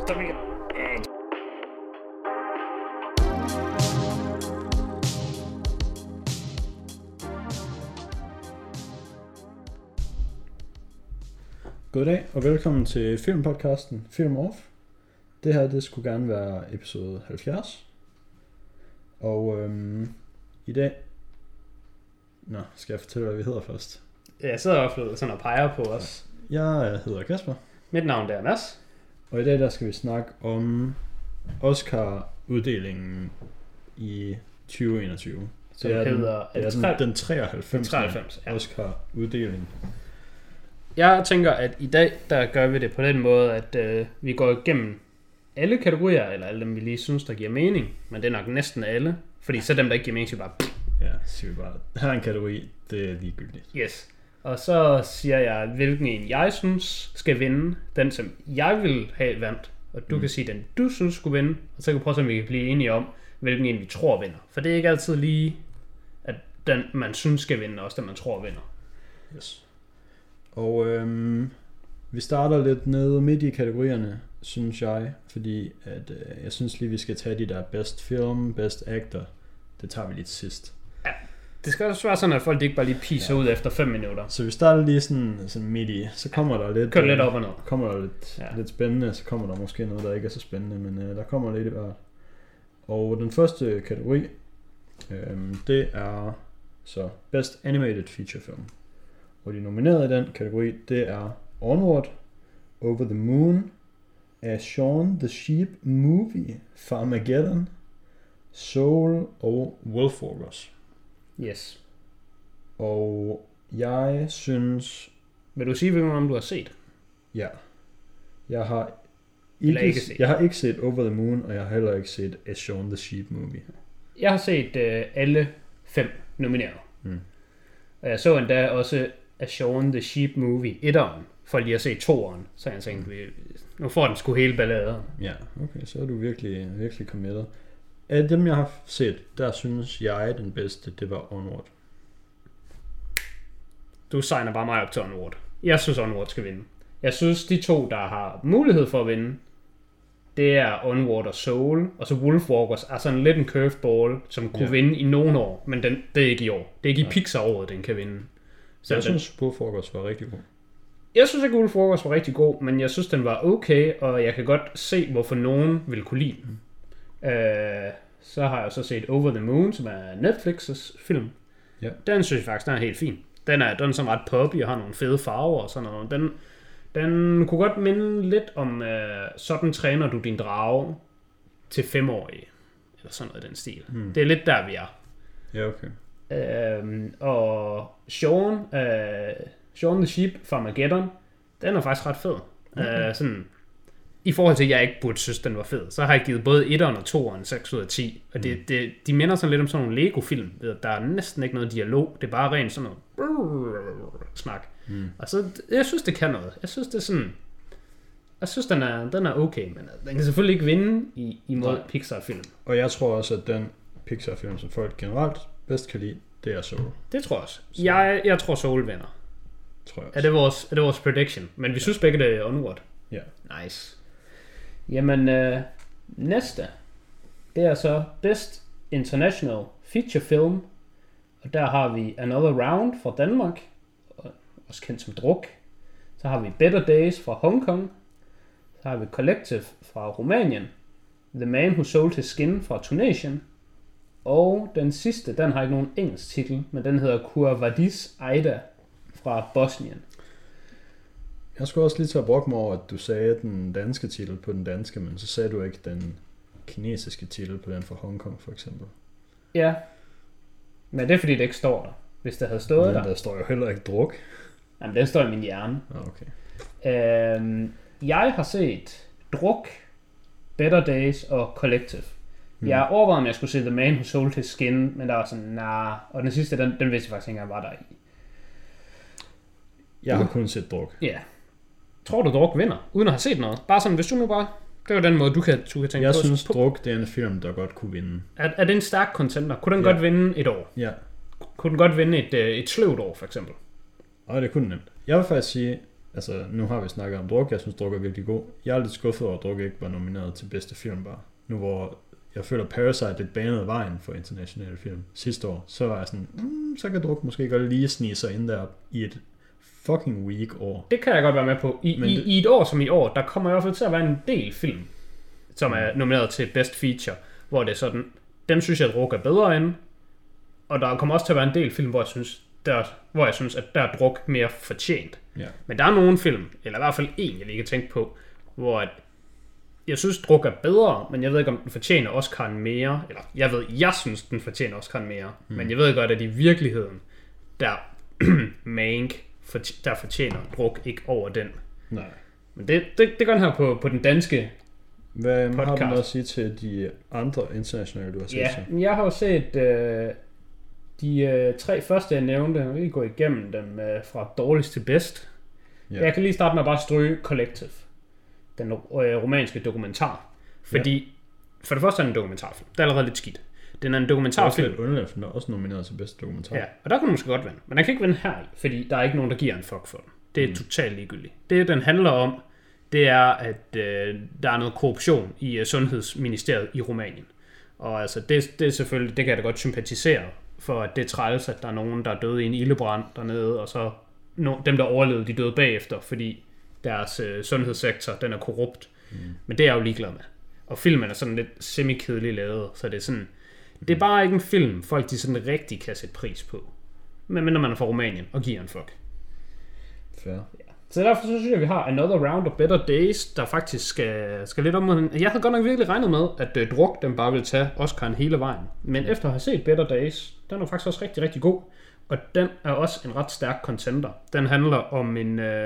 Stop igen. Goddag og velkommen til filmpodcasten Film Off. Det her, det skulle gerne være episode 70. Og i dag... skal jeg fortælle, hvad vi hedder først? Jeg sidder ofte sådan og peger på os. Jeg hedder Kasper. Mit navn er Mads. Og i dag, der skal vi snakke om Oscar-uddelingen i 2021. Som hedder den 93. ja. Oscar-uddeling. Jeg tænker, at i dag, der gør vi det på den måde, at vi går igennem alle kategorier, eller alle dem, vi lige synes, der giver mening. Men det er nok næsten alle. Fordi så dem, der ikke giver mening, siger bare... Ja, siger vi bare, her er en kategori, det er ligegyldigt. Yes. Og så siger jeg, hvilken en jeg synes skal vinde. Den, som jeg vil have vandt. Og du kan sige, den du synes skulle vinde. Og så kan vi prøve, om vi kan blive enige om, hvilken en vi tror vinder. For det er ikke altid lige, at den, man synes skal vinde, også den, man tror vinder. Yes. Og vi starter lidt nede midt i kategorierne, synes jeg. Fordi at, jeg synes lige, vi skal tage de der best film, best actor. Det tager vi lige til sidst. Ja, det skal også være sådan, at folk ikke bare lige piser ud efter 5 minutter. Så vi starter lige sådan midt i. Så kommer der lidt... Kør lidt op og ned. Kommer der lidt spændende, så kommer der måske noget, der ikke er så spændende. Men der kommer lidt i hvert. Og den første kategori, det er så Best Animated Feature Film. Og de nominerede i den kategori, det er Onward, Over the Moon, A Shaun the Sheep Movie, Farmageddon, Soul og Wolfwalkers. Yes. Og jeg synes... Vil du sige, hvilken du har set? Ja. Jeg har ikke set Over the Moon, og jeg har heller ikke set A Shaun the Sheep Movie. Jeg har set alle 5 nomineret. Og jeg så endda også A Shaun the Sheep Movie 1'eren, for lige at se 2'eren. Så jeg tænkte, nu får den sgu hele balladen. Ja, okay, så er du virkelig, virkelig committed. Af dem, jeg har set, der synes jeg, den bedste, det var Onward. Du signer bare mig op til Onward. Jeg synes, Onward skal vinde. Jeg synes, de 2, der har mulighed for at vinde, det er Onward og Soul. Og så Wolfwalkers er sådan lidt en curveball, som kunne vinde i nogle år. Men det er ikke i år. Det er ikke i Pixar-året, den kan vinde. Så jeg synes, Wolfwalkers var rigtig god. Jeg synes ikke, Wolfwalkers var rigtig god, men jeg synes, den var okay. Og jeg kan godt se, hvorfor nogen vil kunne lide den. Så har jeg så set Over the Moon, som er Netflix' film. Ja. Den synes jeg faktisk, den er helt fin. Den er sådan ret poppy og har nogle fede farver og sådan noget. Den kunne godt minde lidt om, sådan træner du din drage til 5-årige. Eller sådan noget i den stil. Det er lidt der, vi er. Ja, okay. Og Shaun the Sheep Farmageddon, den er faktisk ret fed. Okay. Sådan, i forhold til, at jeg ikke burde synes, den var fed, så har jeg givet både 1'eren og 2'eren 6 ud af 10. Og de minder sådan lidt om sådan nogle Lego-film. Der er næsten ikke noget dialog. Det er bare rent sådan noget snak. Og så, jeg synes, det kan noget. Jeg synes, det er sådan... Jeg synes, den er okay, men den kan selvfølgelig ikke vinde imod Pixar-film. Og jeg tror også, at den Pixar-film, som folk generelt bedst kan lide, det er Soul. Det tror jeg også. Jeg tror, Soul vinder. Tror jeg også. Er det vores prediction? Men vi synes begge, det er Onward. Ja. Nice. Jamen, næste, det er så Best International Feature Film. Og der har vi Another Round fra Danmark, også kendt som Druk. Så har vi Better Days fra Hong Kong. Så har vi Collective fra Rumænien. The Man Who Sold His Skin fra Tunesien. Og den sidste, den har ikke nogen engelsk titel, men den hedder Quo Vadis Aida fra Bosnien. Jeg skulle også lige til at brokke mig over, at du sagde den danske titel på den danske, men så sagde du ikke den kinesiske titel på den fra Hongkong, for eksempel. Ja, men det er fordi, det ikke står der. Hvis det havde stået der står jo heller ikke Druk. Jamen, den står i min hjerne. Okay. Jeg har set Druk, Better Days og Collective. Jeg overvejede, om jeg skulle se The Man Who Sold His Skin, men der var sådan, og den sidste, den vidste jeg faktisk ikke engang, var der i. Jeg har kun set Druk. Ja. Tror du, Druk vinder, uden at have set noget? Bare sådan, hvis du nu bare... Det var den måde, du kan tænke jeg på. Jeg synes, Druk, det er en film, der godt kunne vinde. Er det en stærk contender? Kunne den godt vinde et år? Ja. Kunne den godt vinde et sløvt år, for eksempel? Og det kunne den nemt. Jeg vil faktisk sige, altså nu har vi snakket om Druk, jeg synes Druk er virkelig god. Jeg er lidt skuffet over, at Druk ikke var nomineret til bedste film bare. Nu hvor jeg føler Parasite lidt banede vejen for internationale film sidste år, så var jeg sådan, så kan Druk måske godt lige snige sig ind der i et fucking weak år. Det kan jeg godt være med på. I et år som i år, der kommer i hvert fald til at være en del film, som er nomineret til Best Feature, hvor det er sådan, dem synes jeg, at Druk er bedre end, og der kommer også til at være en del film, hvor jeg synes, at der er Druk mere fortjent. Ja. Men der er nogle film, eller i hvert fald en, jeg lige kan tænke på, hvor jeg synes, Druk er bedre, men jeg ved ikke, om den fortjener Oscar'en mere. Eller jeg synes, den fortjener Oscar'en mere. Men jeg ved godt, at i virkeligheden, der Mank, der fortjener Druk ikke over den. Nej. Men det gør den her på den danske Hvad podcast. har du noget at sige til de andre internationale, du har set? Ja, jeg har jo set de 3 første, jeg nævnte. Jeg vil lige gå igennem dem fra dårligst til bedst. Ja. Jeg kan lige starte med at bare stryge Collective. Den romanske dokumentar. Fordi, for det første er den en dokumentarfilm. Det er allerede lidt skidt. Den er en dokumentarfilm. Det er også lidt underligt, for den er også nomineret til bedste dokumentar. Ja, og der kunne den måske godt vinde. Men den kan ikke vinde her, fordi der er ikke nogen, der giver en fuck for den. Det er totalt ligegyldigt. Det, den handler om, det er, at der er noget korruption i Sundhedsministeriet i Rumænien. Og altså, det er selvfølgelig, det kan jeg da godt sympatisere, for at det træls, at der er nogen, der er døde i en ildebrand dernede, og så dem, der overlevede, de døde bagefter, fordi deres sundhedssektor, den er korrupt. Men det er jeg jo ligeglad med. Og filmen er sådan lidt semi-kedelig lavet, så det er sådan, det er bare ikke en film, folk de sådan rigtig kan sætte pris på. Men når man er fra Rumænien og giver en fuck. Fair. Ja. Så derfor så synes jeg, at vi har Another Round of Better Days, der faktisk skal lidt om. Jeg havde godt nok virkelig regnet med, at Druk den bare ville tage Oscar'en hele vejen. Men efter at have set Better Days, den er faktisk også rigtig, rigtig god. Og den er også en ret stærk contender. Den handler om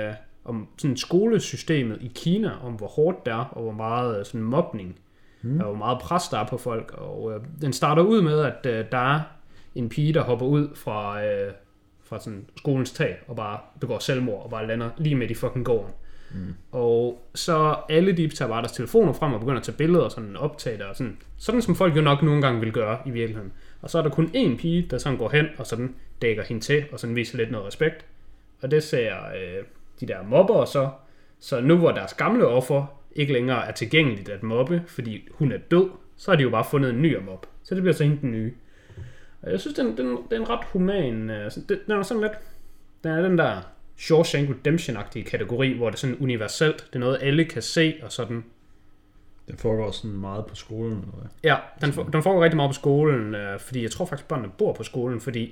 om sådan skolesystemet i Kina, om hvor hårdt det er, og hvor meget sådan mobning, og hvor meget pres der er på folk. Og den starter ud med, at der er en pige, der hopper ud fra sådan skolens tag, og bare begår selvmord, og bare lander lige midt i fucking gården. Og så alle de tager bare deres telefoner frem, og begynder at tage billeder, og sådan optage der, og sådan som folk jo nok nogle gange vil gøre i virkeligheden. Og så er der kun én pige, der sådan går hen, og sådan dækker hende til, og sådan viser lidt noget respekt. Og det ser de der mobber så nu hvor deres gamle offer ikke længere er tilgængeligt at mobbe, fordi hun er død, så har de jo bare fundet en ny at mobbe. Så det bliver så hende den nye. Og jeg synes, den er en ret human. Den er sådan lidt, den er den der Shawshank Redemption-agtige kategori, hvor det er sådan universelt. Det er noget, alle kan se, og sådan. Den foregår sådan meget på skolen, eller hvad? Ja, den foregår rigtig meget på skolen, fordi jeg tror faktisk, børnene bor på skolen, fordi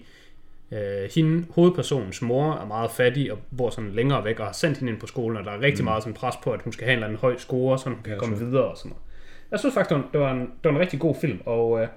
hovedpersonens mor er meget fattig og bor sådan længere væk og har sendt hende ind på skolen, og der er rigtig meget sådan pres på, at hun skal have en eller anden høj score, så hun kan komme videre og sådan noget. Jeg synes faktisk, det var en rigtig god film, og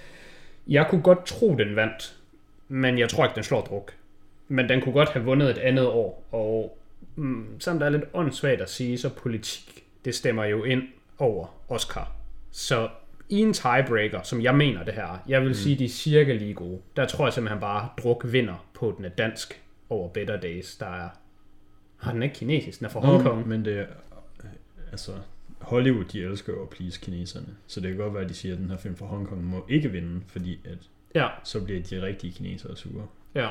jeg kunne godt tro, den vandt, men jeg tror ikke, den slår Druk. Men den kunne godt have vundet et andet år, og sådan der er lidt åndssvagt at sige, så politik, det stemmer jo ind over Oscar. Så i en tiebreaker, som jeg mener det her, jeg vil sige, de er cirka lige gode. Der tror jeg simpelthen bare, Druk vinder på den er dansk over Better Days. Der er... Har den ikke kinesisk? Den er fra Hongkong. Men det er... Altså, Hollywood, de elsker jo at please kineserne. Så det kan godt være, at de siger, at den her film fra Hongkong må ikke vinde, fordi at så bliver de rigtige kinesere sure. Ja.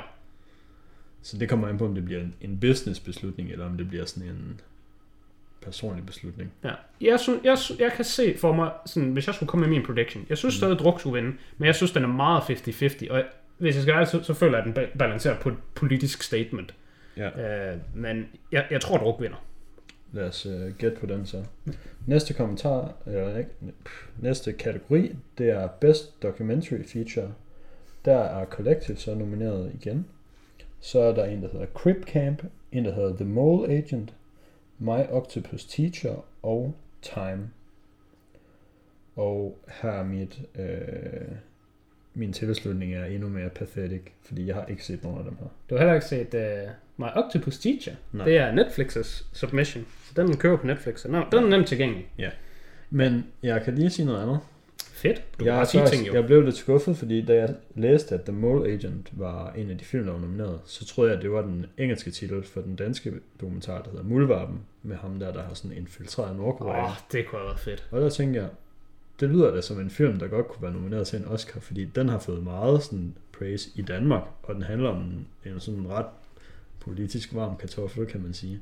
Så det kommer an på, om det bliver en business beslutning, eller om det bliver sådan en personlig beslutning. Ja. Jeg kan se for mig, sådan, hvis jeg skulle komme med min prediction, jeg synes stadig, Druk skulle vinde, men jeg synes, den er meget 50-50, og hvis jeg skal være så føler jeg, at den balancerer på et politisk statement. Ja. Men jeg tror, Druk vinder. Lad os gætte på den så. Næste kommentar, næste kategori, det er Best Documentary Feature. Der er Collective så nomineret igen. Så er der en, der hedder Crip Camp, en, der hedder The Mole Agent, My Octopus Teacher og Time. Og her er min tilslutning er endnu mere pathetic, fordi jeg har ikke set nogen af dem her. Du har heller ikke set My Octopus Teacher? Nej. Det er Netflix's submission, så den kører på Netflix. Den er nemt tilgængelig. Ja. Men jeg kan lige sige noget andet. Fedt. Jeg blev lidt skuffet, fordi da jeg læste, at The Mole Agent var en af de film, der var nomineret, så troede jeg, at det var den engelske titel for den danske dokumentar, der hedder Muldvarpen, med ham der har sådan infiltreret Nordkorea. Det kunne have været fedt. Og der tænkte jeg, det lyder da som en film, der godt kunne være nomineret til en Oscar, fordi den har fået meget sådan praise i Danmark, og den handler om en sådan ret politisk varm kartoffel, kan man sige.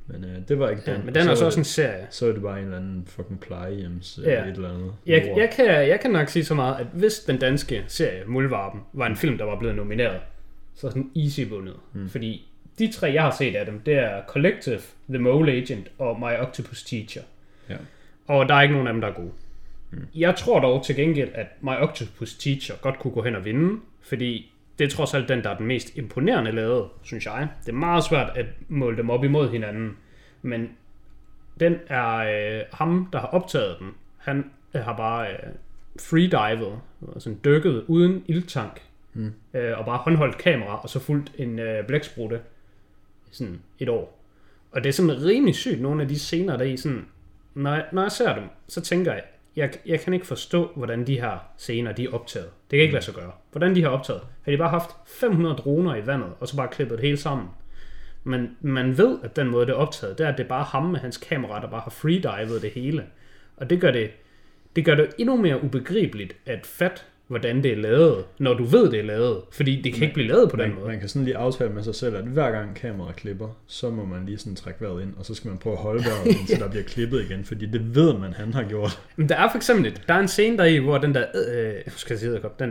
Men det var ikke den. Men den er så også en serie. Så er det bare en eller anden fucking plejehjems et eller andet. Jeg kan nok sige så meget, at hvis den danske serie Muldvarpen var en film, der var blevet nomineret, så er sådan easy vundet. Fordi de 3, jeg har set af dem, det er Collective, The Mole Agent og My Octopus Teacher. Ja. Og der er ikke nogen af dem, der er gode. Jeg tror dog til gengæld, at My Octopus Teacher godt kunne gå hen og vinde, fordi det er trods alt den, der er den mest imponerende lavet, synes jeg. Det er meget svært at måle dem op imod hinanden, men den er ham, der har optaget den. Han har bare freedivet, sådan dykket uden ildtank, og bare håndholdt kamera, og så fulgt en blæksprutte sådan et år. Og det er sådan rimelig sygt, nogle af de scener, der i sådan, når jeg ser dem, så tænker jeg kan ikke forstå, hvordan de her scener, de er optaget. Det kan ikke lade sig gøre. Hvordan de har optaget? Har de bare haft 500 droner i vandet, og så bare klippet det hele sammen? Men man ved, at den måde, det er optaget, det er, at det er bare ham med hans kamera, der bare har freedivet det hele. Og det gør det endnu mere ubegribeligt at fatte, hvordan det er lavet, når du ved, det er lavet. Fordi det kan ikke blive lavet på den måde. Man kan sådan lige aftale med sig selv, at hver gang kameraet klipper, så må man lige sådan trække vejret ind, og så skal man prøve at holde vejret, indtil der bliver klippet igen, fordi det ved man, han har gjort. Men der er for eksempel, der er en scene deri, hvor den der, den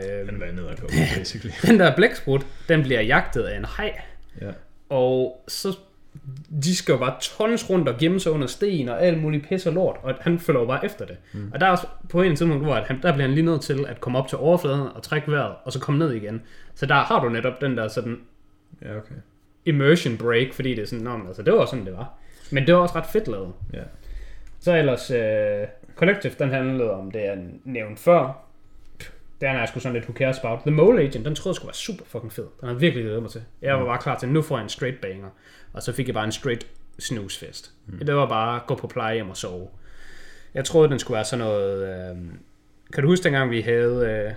der blæksprut, den bliver jagtet af en haj. Ja. Og så de skal jo bare tons rundt og gemme sig under sten og alt muligt pis og lort, og han følger jo bare efter det. Og der er også på en tidspunkt, hvor der bliver han lige nødt til at komme op til overfladen og trække vejret, og så komme ned igen. Så der har du netop den der sådan immersion break, fordi det er sådan, altså det var sådan det var. Men det var også ret fedt lavet. Ja. Så ellers Collective, den handlede om det jeg nævnte før. Den er sgu sådan lidt who cares about. The Mole Agent, den troede jeg skulle være super fucking fed. Den har virkelig glædet mig til. Jeg var bare klar til, nu får jeg en straight banger. Og så fik jeg bare en straight snoozefest. Det var bare at gå på plejehjem og sove. Jeg troede, den skulle være sådan noget... kan du huske dengang, vi havde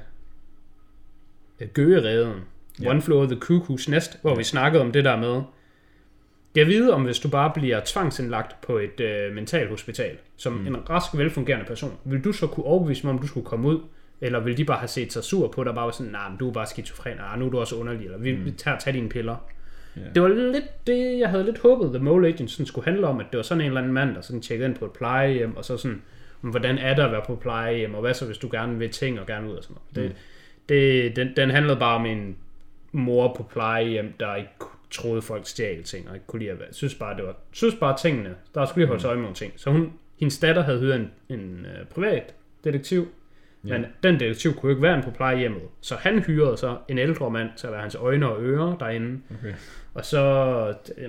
Gøgereden? One Flew Over the Cuckoo's Nest, hvor vi snakkede om det der med... Jeg ved om, hvis du bare bliver tvangsindlagt på et mentalhospital, som en rask, velfungerende person, vil du så kunne overbevise mig, om du skulle komme ud? Eller vil de bare have set sig sur på dig, og bare sådan, men du er bare skizofren, nu er du også underlig, eller vi tager dine piller. Yeah. Det var lidt det, jeg havde lidt håbet, The Mole Agent sådan skulle handle om, at det var sådan en eller anden mand, der sådan tjekkede ind på et plejehjem, og så sådan, hvordan er det at være på plejehjem, og hvad så, hvis du gerne vil ting og gerne ud og sådan noget. Den handlede bare om en mor på plejehjem, der ikke troede folk stjal ting, og ikke kunne lide at være. Synes bare tingene, der skulle lige holde sig øje med nogle ting. Så hendes datter havde hyret en privat detektiv, men den detektiv kunne ikke være på plejehjemmet, så han hyrede så en ældre mand til at være hans øjne og ører derinde. Okay. Og så...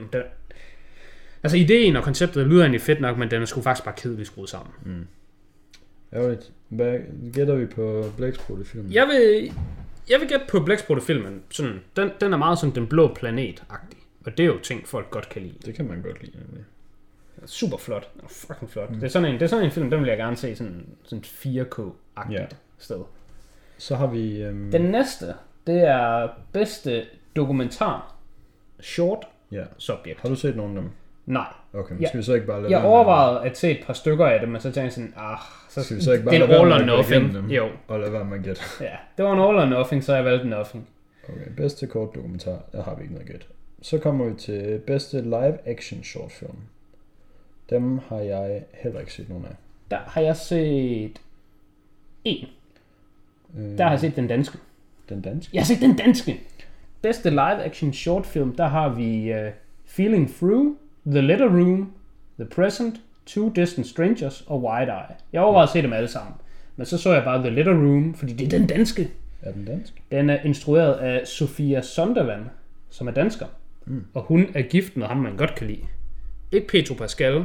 altså ideen og konceptet lyder egentlig fedt nok, men den er sgu faktisk bare kedeligt skruet sammen. Ærgerligt. Hvad gætter vi på blæksprutefilmen? Jeg vil gætte på blæksprutefilmen. Sådan, den er meget sådan den blå planet-agtig. Og det er jo ting, folk godt kan lide. Det kan man godt lide, nemlig. Super flot. Fucking flot. Det er sådan en film, den vil jeg gerne se sådan 4K-agtigt sted. Så har vi... Den næste, det er bedste dokumentar short subject. Har du set nogen af dem? Nej. Okay, men skal vi så ikke bare lade jeg overvejede at se et par stykker af dem, men så tænkte jeg sådan, så skal vi så ikke bare det er all or nothing. Jo. Og lade være med at gætte. Ja, det var en all or nothing, så jeg valgte nothing. Okay, bedste kort dokumentar, der har vi ikke noget gæt. Så kommer vi til bedste live action short film. Dem har jeg heller ikke set nogen af. Der har jeg set en. Der har jeg set den danske. Den danske? Jeg har set den danske. Bedste live action short film, der har vi Feeling Through, The Letter Room, The Present, Two Distant Strangers og Wide Eye. Jeg overvejede at se dem alle sammen. Men så jeg bare The Letter Room, fordi det er den danske. Er den dansk? Den er instrueret af Sofia Sondervand, som er dansker. Og hun er gift med ham, man godt kan lide. Ikke Pedro Pascal,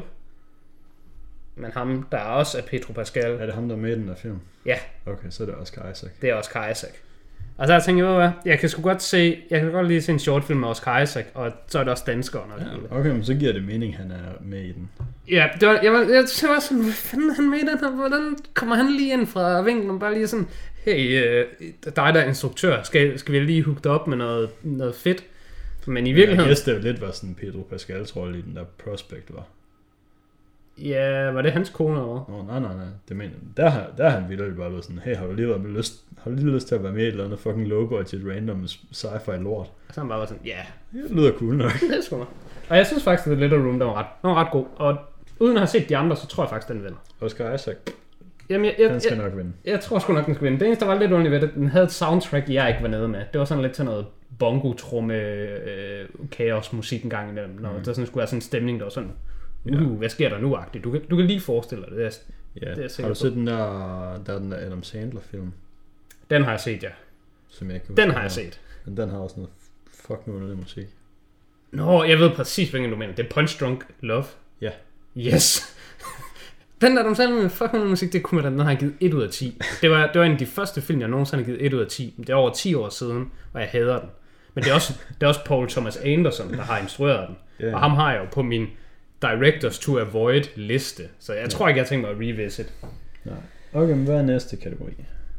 men ham, der også er Pedro Pascal. Er det ham, der er med i den der film? Ja. Okay, så er det Oscar Isaac. Det er Oscar Isaac. Og så har jeg tænkt, jeg kan godt lige se en shortfilm med Oscar Isaac, og så er det også danskeren. Ja, okay, men så giver det mening, han er med i den. Ja, jeg var sådan, hvad fanden er han med i den her? Hvordan kommer han lige ind fra vinklen? Bare lige sådan, hey, dig der er instruktør, skal vi lige hooke dig op med noget fedt? Men i virkeligheden... Jeg gæste lidt, hvad sådan Pedro Pascals rolle i den der Prospect var. Ja, var det hans kone over? Nej. Det mener jeg. Der har han virkelig bare været sådan, hey, har du lige lyst til at være med i et eller andet fucking low-budget random sci-fi lort? Og så han bare var sådan, ja. Det lyder cool nok. Det er sgu nok. Og jeg synes faktisk, at The Little Room, den var ret god. Og uden at have set de andre, så tror jeg faktisk, den vinder. Oscar Isaac. Jamen, den skal nok vinde. Jeg tror sgu nok, den skal vinde. Det eneste, der var lidt underligt ved det, den havde et soundtrack, jeg ikke var nede med. Det var sådan lidt til noget bongo-tromme, kaos musik en gang imellem. Når der sådan skulle være sådan en stemning, der var sådan, hvad sker der nu-agtigt? Du kan lige forestille dig det. Det har du set den der Adam Sandler-film? Den har jeg set, ja. Som jeg kan den har jeg set. Men den har også noget fucking underlig musik. Nå, jeg ved præcis, hvilken du mener. Det er Punch Drunk Love. Ja. Yes. Den der, de sagde med fucking musik, det kunne man da, den har givet 1 ud af 10. Det var en af de første film, jeg nogensinde har givet 1 ud af 10. Det er over 10 år siden, og jeg hader den. Men det er også Paul Thomas Anderson, der har instrueret den. Yeah. Og ham har jeg jo på min Directors to Avoid liste. Så jeg tror ikke, jeg tænker mig at revisit. Nej. Okay, men hvad er næste kategori?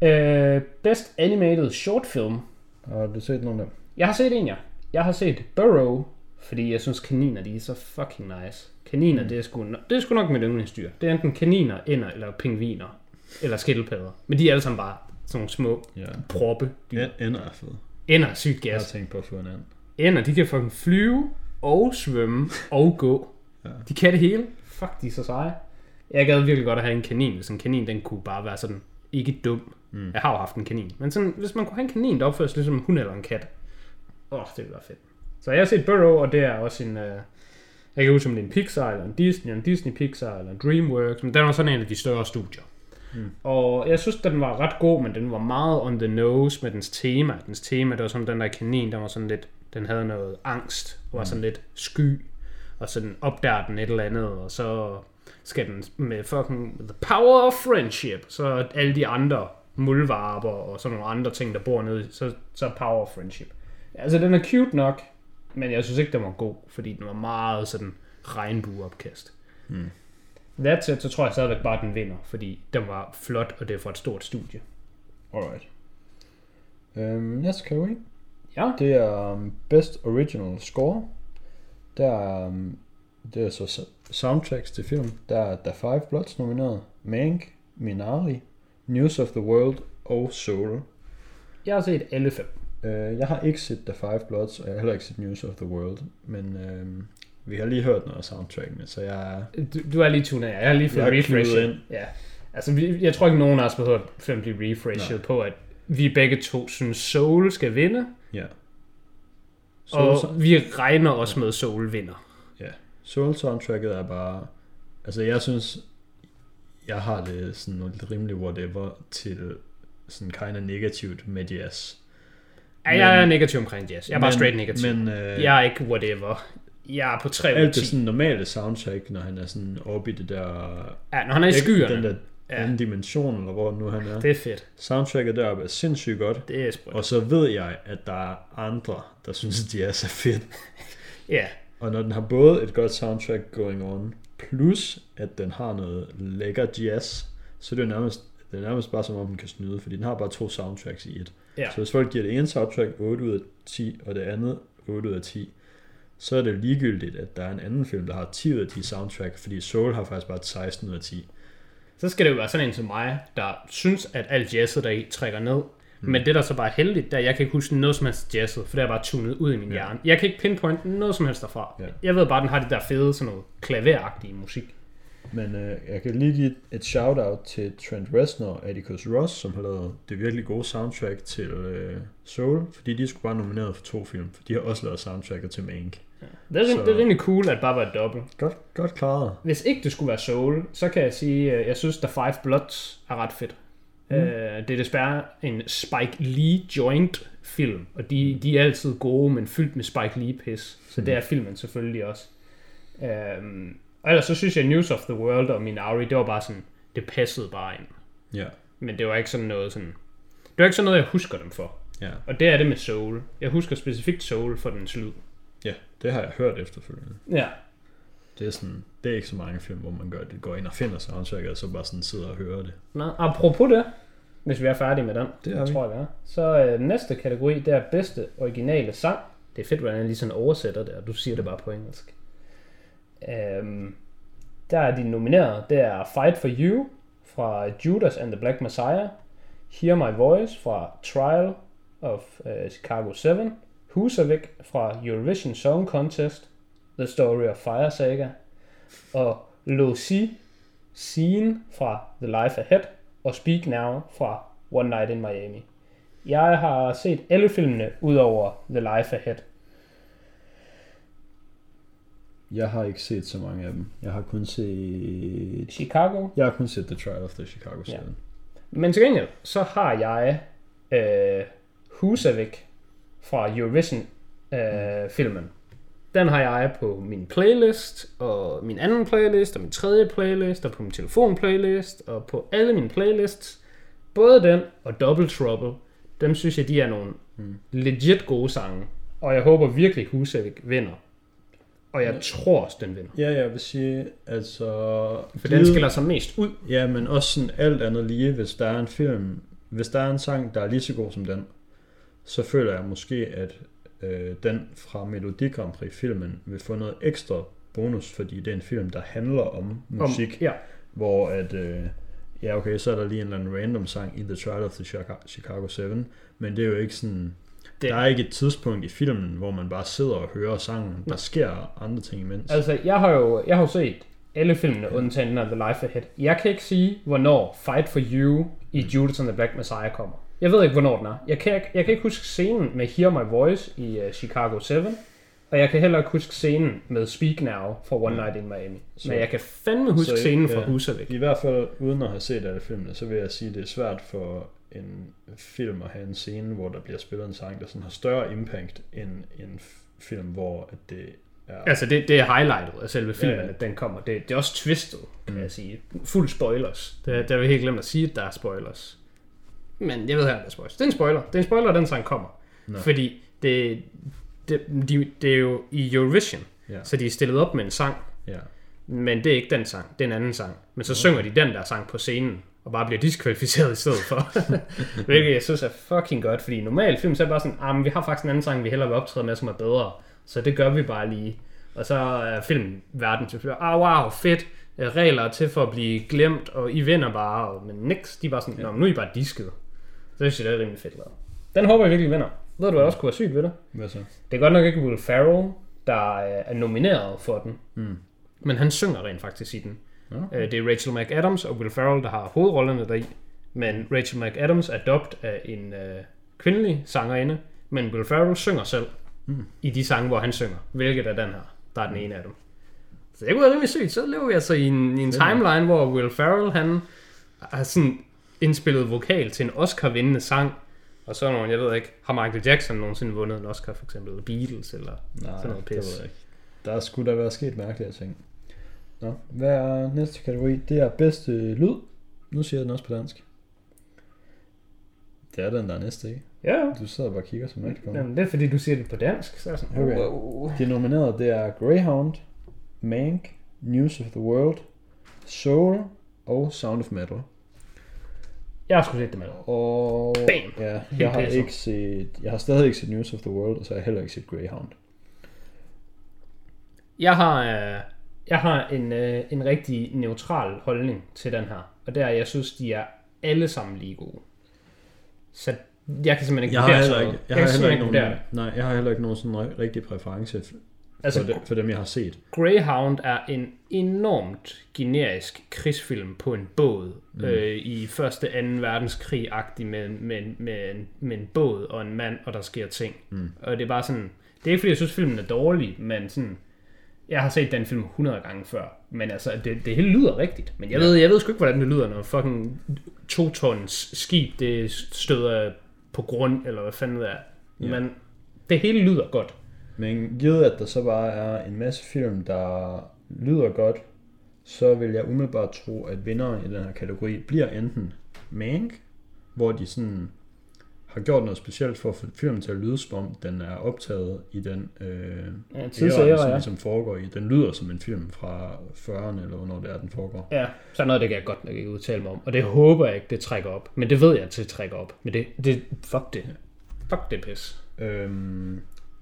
Best Animated Short Film. Har du set nogen af dem? Jeg har set en, ja. Jeg har set Burrow, fordi jeg synes kaniner, de er så fucking nice. Kaniner, det er sgu nok mit yndlingsdyr. Det er enten kaniner, ænder eller pingviner. Eller skildpadder. Men de er alle sammen bare sådan nogle små proppe dyr. Ænder er fede. Ænder er sygt gas. Jeg har tænkt på at få en and. Ænder, de kan fucking flyve og svømme og gå. Ja. De kan det hele. Fuck, de er så seje. Jeg gad virkelig godt at have en kanin. Hvis en kanin, den kunne bare være sådan ikke dum. Jeg har jo haft en kanin. Men sådan, hvis man kunne have en kanin, der opføres lidt som en hund eller en kat. Det ville være fedt. Så jeg har set Burrow, og det er også en... Jeg kan huske, om det er en Pixar, eller en Disney Pixar, eller en DreamWorks, men den var sådan en af de større studier. Og jeg synes, den var ret god, men den var meget on the nose med dens tema. Dens tema, det var sådan den der kanin, der var sådan lidt... Den havde noget angst, og var sådan lidt sky, og sådan opdager den et eller andet, og så skal den med fucking the power of friendship, så alle de andre muldvarper og sådan nogle andre ting, der bor nede, så power of friendship. Altså, den er cute nok, men jeg synes ikke, den var god, fordi den var meget sådan regnbueopkast. That's it, så tror jeg stadigvæk bare, den vinder, fordi den var flot, og det er for et stort studie. Alright. Næste kategori. Ja. Det er Best Original Score. Det er så soundtracks til film. Der er The Five Bloods nomineret, Mank, Minari, News of the World og Soul. Jeg har set alle 5. Jeg har ikke set The Five Bloods, og jeg har heller ikke set News of the World, men vi har lige hørt noget af soundtrackene, så jeg... Du er lige tunet af. Jeg har lige fået refreshet. Ja. Altså, jeg tror ikke, nogen af os behøver at blive refreshet på, at vi begge to synes, Soul skal vinde. Ja. Og vi regner også med, Soul vinder. Ja. Soul soundtracket er bare... Altså, jeg synes, jeg har det sådan noget rimelig whatever til sådan kind of negativt med jazz. Jeg er negativ omkring jazz. Jeg er bare straight negativ. Men, jeg er ikke whatever. Jeg er på 3 ud af 10. Alt det sådan normale soundtrack, når han er sådan oppe i det der... Ja, når han er i skyerne. Den der anden dimension, eller hvor nu han er. Det er fedt. Soundtracket deroppe er sindssygt godt. Det er sprødt. Og så ved jeg, at der er andre, der synes, at jazz er fedt. Ja. Og når den har både et godt soundtrack going on, plus at den har noget lækker jazz, så det er nærmest bare som om den kan snyde, fordi den har bare 2 soundtracks i et. Ja. Så hvis folk giver det ene soundtrack 8 ud af 10, og det andet 8 ud af 10, så er det ligegyldigt, at der er en anden film, der har 10 ud af 10 soundtrack, fordi Soul har faktisk bare 16 ud af 10. Så skal det jo være sådan en som mig, der synes, at alt jazzet der i trækker ned. Men det der så bare er heldigt, der jeg kan ikke huske noget som helst jazzet, for det er bare tunet ud i min hjerne. Jeg kan ikke pinpointe noget som helst derfra. Ja. Jeg ved bare, at den har det der fede, sådan noget klaveragtige musik. Men jeg kan lige give et shout-out til Trent Reznor og Atticus Ross, som har lavet det virkelig gode soundtrack til Soul, fordi de skulle bare nomineret for 2 film, for de har også lavet soundtracket til Mank. Ja. Det er rimelig cool, at bare var et dobbelt. Godt klaret. Hvis ikke det skulle være Soul, så kan jeg sige, at jeg synes, The Five Bloods er ret fedt. Det er desværre en Spike Lee joint film, og de er altid gode, men fyldt med Spike Lee pis. Så det er filmen selvfølgelig også. Og ellers så synes jeg, News of the World og Minari, det var bare sådan, det passede bare ind. Ja. Men det var ikke sådan noget sådan, det var ikke sådan noget, jeg husker dem for. Ja. Og det er det med Soul. Jeg husker specifikt Soul for den lyd. Ja, det har jeg hørt efterfølgende. Ja. Det er ikke så mange film, hvor man går ind og finder soundtracket, og så bare sådan sidder og hører det. Nå, apropos det, hvis vi er færdige med den, det tror jeg, vi er. Så næste kategori, det er bedste originale sang. Det er fedt, hvordan jeg lige sådan oversætter det, og du siger det bare på engelsk. der er de nomineret. Det er Fight for You fra Judas and the Black Messiah, Hear My Voice fra Trial of Chicago 7, Husavik fra Eurovision Song Contest, The Story of Fire Saga, og Lucy Scene fra The Life Ahead, og Speak Now fra One Night in Miami. Jeg har set alle filmene ud over The Life Ahead. Jeg har ikke set så mange af dem. Jeg har kun set... Chicago? Jeg har kun set The Trial of the Chicago 7. Ja. Men til gengæld, så har jeg Husavik fra Eurovision filmen. Den har jeg på min playlist, og min anden playlist, og min tredje playlist, og på min telefonplaylist, og på alle mine playlists. Både den og Double Trouble, dem synes jeg, de er nogle legit gode sange. Og jeg håber virkelig, Husavik vinder. Og jeg tror også, den vinder. Ja, jeg vil sige, altså... For den skiller sig mest ud. Ja, men også sådan alt andet lige, hvis der er en film, hvis der er en sang, der er lige så god som den, så føler jeg måske, at den fra Melodi Grand Prix-filmen vil få noget ekstra bonus, fordi det er en film, der handler om musik, hvor at... ja, okay, så er der lige en eller anden random sang i The Trial of the Chicago 7, men det er jo ikke sådan... Der er ikke et tidspunkt i filmen, hvor man bare sidder og hører sangen. Der sker andre ting imens. Altså, jeg har jo set alle filmene undtagen af The Life Ahead. Jeg kan ikke sige, hvornår Fight for You i Judas and the Black Messiah kommer. Jeg ved ikke, hvornår den er. Jeg kan ikke huske scenen med Hear My Voice i Chicago 7, og jeg kan heller ikke huske scenen med Speak Now fra One Night in Miami. Men jeg kan fandme huske scenen fra Husavik. I hvert fald, uden at have set alle filmene, så vil jeg sige, at det er svært for en film at have en scene, hvor der bliver spillet en sang, der sådan har større impact end en film, hvor det er... Altså, det er highlightet af selve filmen, at den kommer. Det er også twistet, kan jeg sige. Fuld spoilers. Der vil helt glemt at sige, at der er spoilers. Men jeg ved her, at der er spoilers. Det er en spoiler. Det er en spoiler, at den sang kommer. No. Fordi det er jo i Eurovision, så de er stillet op med en sang. Men det er ikke den sang, det er en anden sang. Men så synger de den der sang på scenen, og bare bliver diskvalificeret i stedet for. Hvilket jeg synes er fucking godt, fordi i normal film, så er det bare sådan, men vi har faktisk en anden sang, vi hellere vil optræde med, som er bedre. Så det gør vi bare lige. Og så er filmen verden til flere, wow, fedt, regler til for at blive glemt, og I vinder bare, men niks, de er bare sådan, nu er I bare disket. Så synes jeg, det er rimelig fedt lavet. Den håber jeg virkelig vinder. Ved du, hvad også kunne være sygt ved det? Hvad så? Det er godt nok ikke Will Ferrell, der er nomineret for den. Men han synger rent faktisk i den. Okay. Det er Rachel McAdams og Will Ferrell, der har hovedrollerne deri. Men Rachel McAdams er dubbed af en kvindelig sangerinde, men Will Ferrell synger selv i de sange, hvor han synger. Hvilket er den her, der er den ene af dem. Så det kunne være rimelig sygt. Så lever vi altså i en timeline, hvor Will Ferrell, han har sådan indspillet vokal til en Oscar-vindende sang. Og så nogle, jeg ved ikke, har Michael Jackson nogensinde vundet en Oscar, for eksempel Beatles eller sådan noget pis? Det ved jeg ikke. Der skulle da være sket mærkelige ting. Nå, hvad er næste kategori? Det er bedste lyd. Nu siger jeg den også på dansk. Det er den, der er næste, ikke? Ja. Du sidder bare og kigger som rigtig kommer. Jamen, det er fordi, du siger det på dansk. Så er sådan, okay. De nominerede, det er Greyhound, Mank, News of the World, Soul og Sound of Metal. Jeg har sgu set det med. Og ja, jeg har stadig ikke set News of the World, og så har jeg heller ikke set Greyhound. Jeg har en rigtig neutral holdning til den her, og det er, jeg synes, de er alle sammen lige gode. Så jeg kan simpelthen ikke vurdere sådan noget. Jeg har heller ikke nogen sådan rigtig præference for dem, jeg har set. Greyhound er en enormt generisk krigsfilm på en båd i 1. og 2. verdenskrig-agtig med en båd og en mand, og der sker ting. Og det er bare sådan, det er ikke fordi, jeg synes, filmen er dårlig, men sådan, jeg har set den film 100 gange før, men altså, det hele lyder rigtigt. Men jeg ved sgu ikke, hvordan det lyder, når fucking 2-tons skib, det støder på grund, eller hvad fanden det er. Men det hele lyder godt. Men givet at der så bare er en masse film, der lyder godt, så vil jeg umiddelbart tro, at vinderen i den her kategori bliver enten Mank, hvor de sådan har gjort noget specielt for at få filmen til at lyde som om den er optaget i den æra, som ligesom foregår i. Den lyder som en film fra 40'erne, eller hvornår det er, den foregår. Ja, så noget, det kan jeg godt nok ikke udtale mig om. Og det håber jeg ikke, det trækker op. Men det ved jeg, at det trækker op. Men fuck det. Fuck det pis.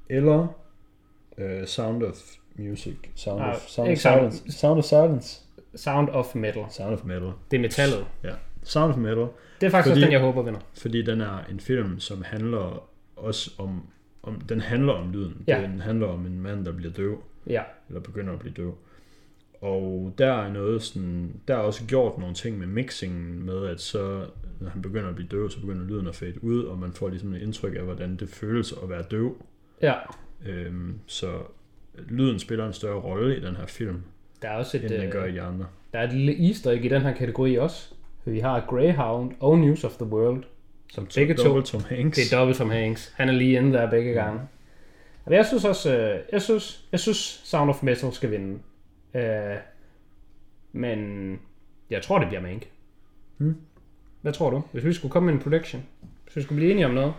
Eller Sound of Music. Sound of Silence. Sound of Metal. Sound of Metal. Det er metallet. Ja, Sound of Metal. Det er faktisk også den, jeg håber vinder. Fordi den er en film, som handler også om den handler om lyden. Ja. Den handler om en mand, der bliver døv. Ja. Eller begynder at blive døv. Og der er noget sådan, der er også gjort nogle ting med mixingen med, at så, når han begynder at blive døv, så begynder lyden at fade ud, og man får ligesom et indtryk af, hvordan det føles at være døv. Ja. Så lyden spiller en større rolle i den her film, Der er også end den gør i de andre. Der er et lille easter egg i den her kategori også. Vi har Greyhound og News of the World, som begge to. Dobbelt Tom Hanks. Det er dobbelt Tom Hanks. Han er lige inde der begge gange. Og jeg synes også, jeg synes Sound of Metal skal vinde. Men jeg tror, det bliver Mank. Hvad tror du? Hvis vi skulle komme med en prediction. Hvis vi skulle blive enige om noget.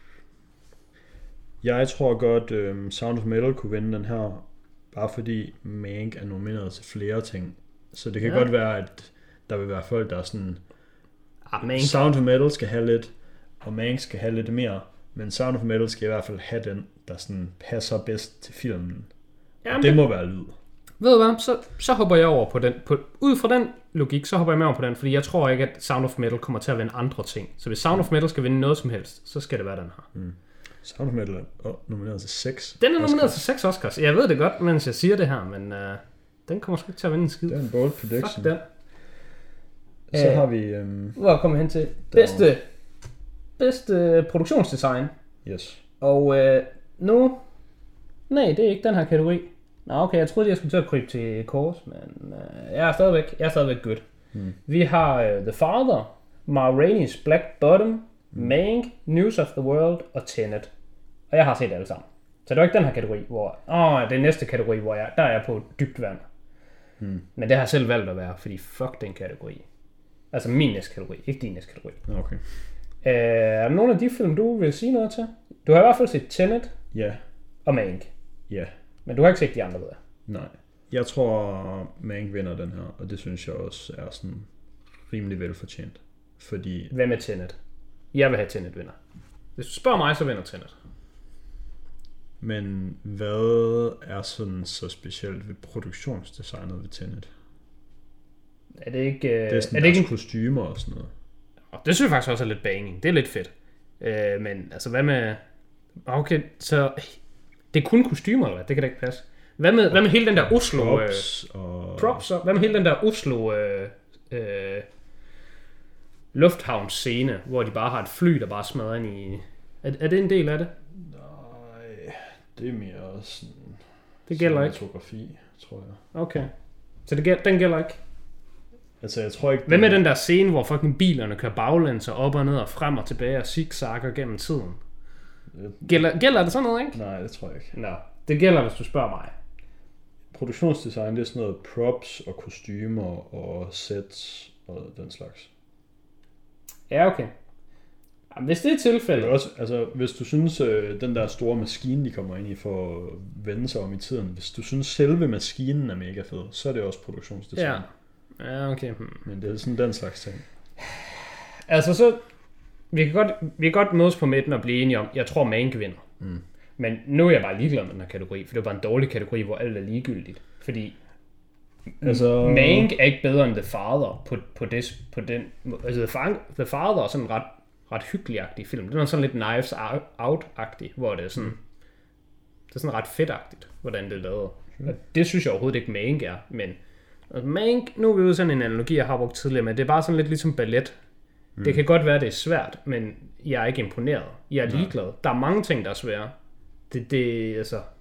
Jeg tror godt, Sound of Metal kunne vinde den her, bare fordi Mank er nomineret til flere ting. Så det kan godt være, at der vil være folk, der er sådan, Sound of Metal skal have lidt, og Mank skal have lidt mere, men Sound of Metal skal i hvert fald have den, der sådan passer bedst til filmen. Jamen, det må være lyd. Ved du hvad, så hopper jeg over på den. Ud fra den logik, så hopper jeg med over på den, fordi jeg tror ikke, at Sound of Metal kommer til at vinde andre ting. Så hvis Sound of Metal skal vinde noget som helst, så skal det være den her. Sound of Metal er nomineret til 6. Den er nomineret til 6 Oscars. Jeg ved det godt, mens jeg siger det her, men den kommer sgu ikke til at vinde en skid. Det er en bold prediction. Fuck den. Så har vi... Hvor kommer vi hen til? Bedste produktionsdesign. Yes. Og nu... Nej, det er ikke den her kategori. Nå, okay, jeg troede, jeg skulle til at krybe til kors, men jeg er stadigvæk good. Vi har The Father, Ma Rainey's Black Bottom, Mank, News of the World og Tenet. Og jeg har set alle sammen. Så det er ikke den her kategori, hvor... det er næste kategori, hvor der er jeg på dybt vand. Men det har jeg selv valgt at være, fordi fuck den kategori. Altså min næste kategori, ikke din næste kategori. Okay. Er der nogle af de film, du vil sige noget til? Du har i hvert fald set Tenet og Mank. Ja. Men du har ikke set de andre, ved jeg. Nej. Jeg tror, Mank vinder den her, og det synes jeg også er sådan rimelig velfortjent. Fordi... Hvad med Tenet? Jeg vil have Tenet vinder. Hvis du spørger mig, så vinder Tenet. Men hvad er sådan så specielt ved produktionsdesignet ved Tenet? Er det ikke... det er sådan ikke kostymer og sådan noget. Det synes jeg faktisk også er lidt banging. Det er lidt fedt. Men altså, hvad med... Okay, så... Det er kun kostymer, eller hvad? Det kan da ikke passe. Hvad med hele den der Oslo... Props og... Hvad med hele den der Oslo... lufthavnsscene, hvor de bare har et fly, der bare smadrer ind i... Er det en del af det? Nej, det er mere sådan... Det gælder ikke. Fotografi, tror jeg. Okay. Så den gælder ikke? Altså, jeg tror ikke... Hvad med den der scene, hvor fucking bilerne kører baglæns og op og ned og frem og tilbage og zigzagger gennem tiden? Gælder det sådan noget, ikke? Nej, det tror jeg ikke. Nå, det gælder, hvis du spørger mig. Produktionsdesign, det er sådan noget props og kostymer og sets og den slags. Ja, okay. Jamen, hvis det er tilfældet... Også, altså, hvis du synes, den der store maskine, de kommer ind i for at vende sig om i tiden, hvis du synes, selve maskinen er mega fed, så er det også produktionsdesign. Ja, okay. Men det er sådan den slags ting. Altså, så... Vi kan godt mødes på midten og blive enige om, jeg tror, Mank vinder. Men nu er jeg bare ligeglad med den her kategori, for det er bare en dårlig kategori, hvor alt er ligegyldigt. Fordi altså... Mank er ikke bedre end The Father på den... Altså, The Father er sådan en ret hyggelig-agtig film. Den er sådan lidt Knives Out-agtig, hvor det er sådan... Det er sådan ret fedt-agtigt, hvordan det er lavet. Og det synes jeg overhovedet ikke Mank er, men... Altså, Mank, nu er vi ude sådan en analogi, jeg har brugt tidligere, men det er bare sådan lidt ligesom ballet. Det kan godt være, det er svært, men jeg er ikke imponeret. Jeg er ligeglad. Der er mange ting, der er svære. Det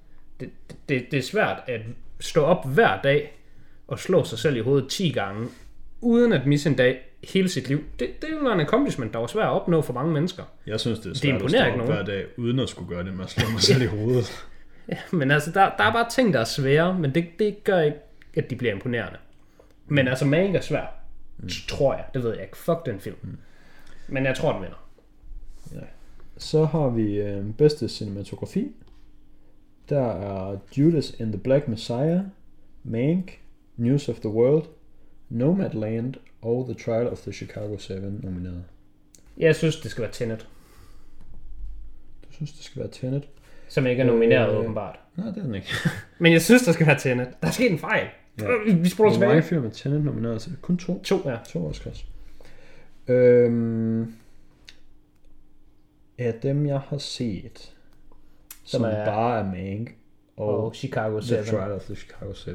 er svært at stå op hver dag og slå sig selv i hovedet 10 gange, uden at misse en dag hele sit liv. Det er jo en accomplishment, der er svært at opnå for mange mennesker. Jeg synes, det er svært at stå op hver dag, uden at skulle gøre det med at slå mig selv i hovedet. Ja, men altså, der er bare ting, der er svære, men det gør ikke, at de bliver imponerende. Men altså, Mank er svær. Tror jeg. Det ved jeg ikke. Fuck den film. Men jeg tror, den vinder. Ja. Så har vi bedste cinematografi. Der er Judas and the Black Messiah, Mank, News of the World, Nomadland og The Trial of the Chicago 7 nomineret. Jeg synes, det skal være Tenet. Du synes, det skal være Tenet? Som ikke er nomineret åbenbart. Nej, det er den ikke. Men jeg synes, der skal være Tenet. Der er sket en fejl. Ja. Vi spoler Hvor tilbage. mange film er Tenet nomineret til? Kun 2? 2, ja. 2 Oscars. Af dem, jeg har set, som er- bare er Mank Og Chicago 7. The Trial of the Chicago 7.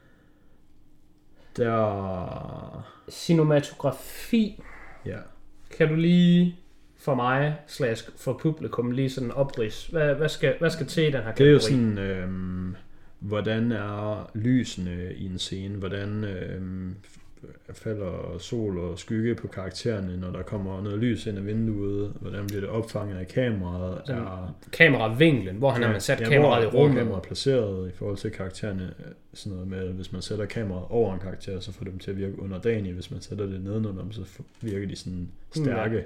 Der... Cinematografi. Ja. Kan du lige for mig, for publikum, lige sådan oprids. Hvad skal til i den her Det er jo kategori? sådan, hvordan er lysene i en scene, hvordan falder sol og skygge på karaktererne, når der kommer noget lys ind af vinduet, hvordan bliver det opfanget af kameraet, Kameravinklen, hvor han har man sat kameraet i hvor rummet. kameraet er placeret i forhold til karaktererne, sådan noget med, hvis man sætter kameraet over en karakter, så får det dem til at virke underdanige, hvis man sætter det nedenunder dem, så virker de sådan stærke.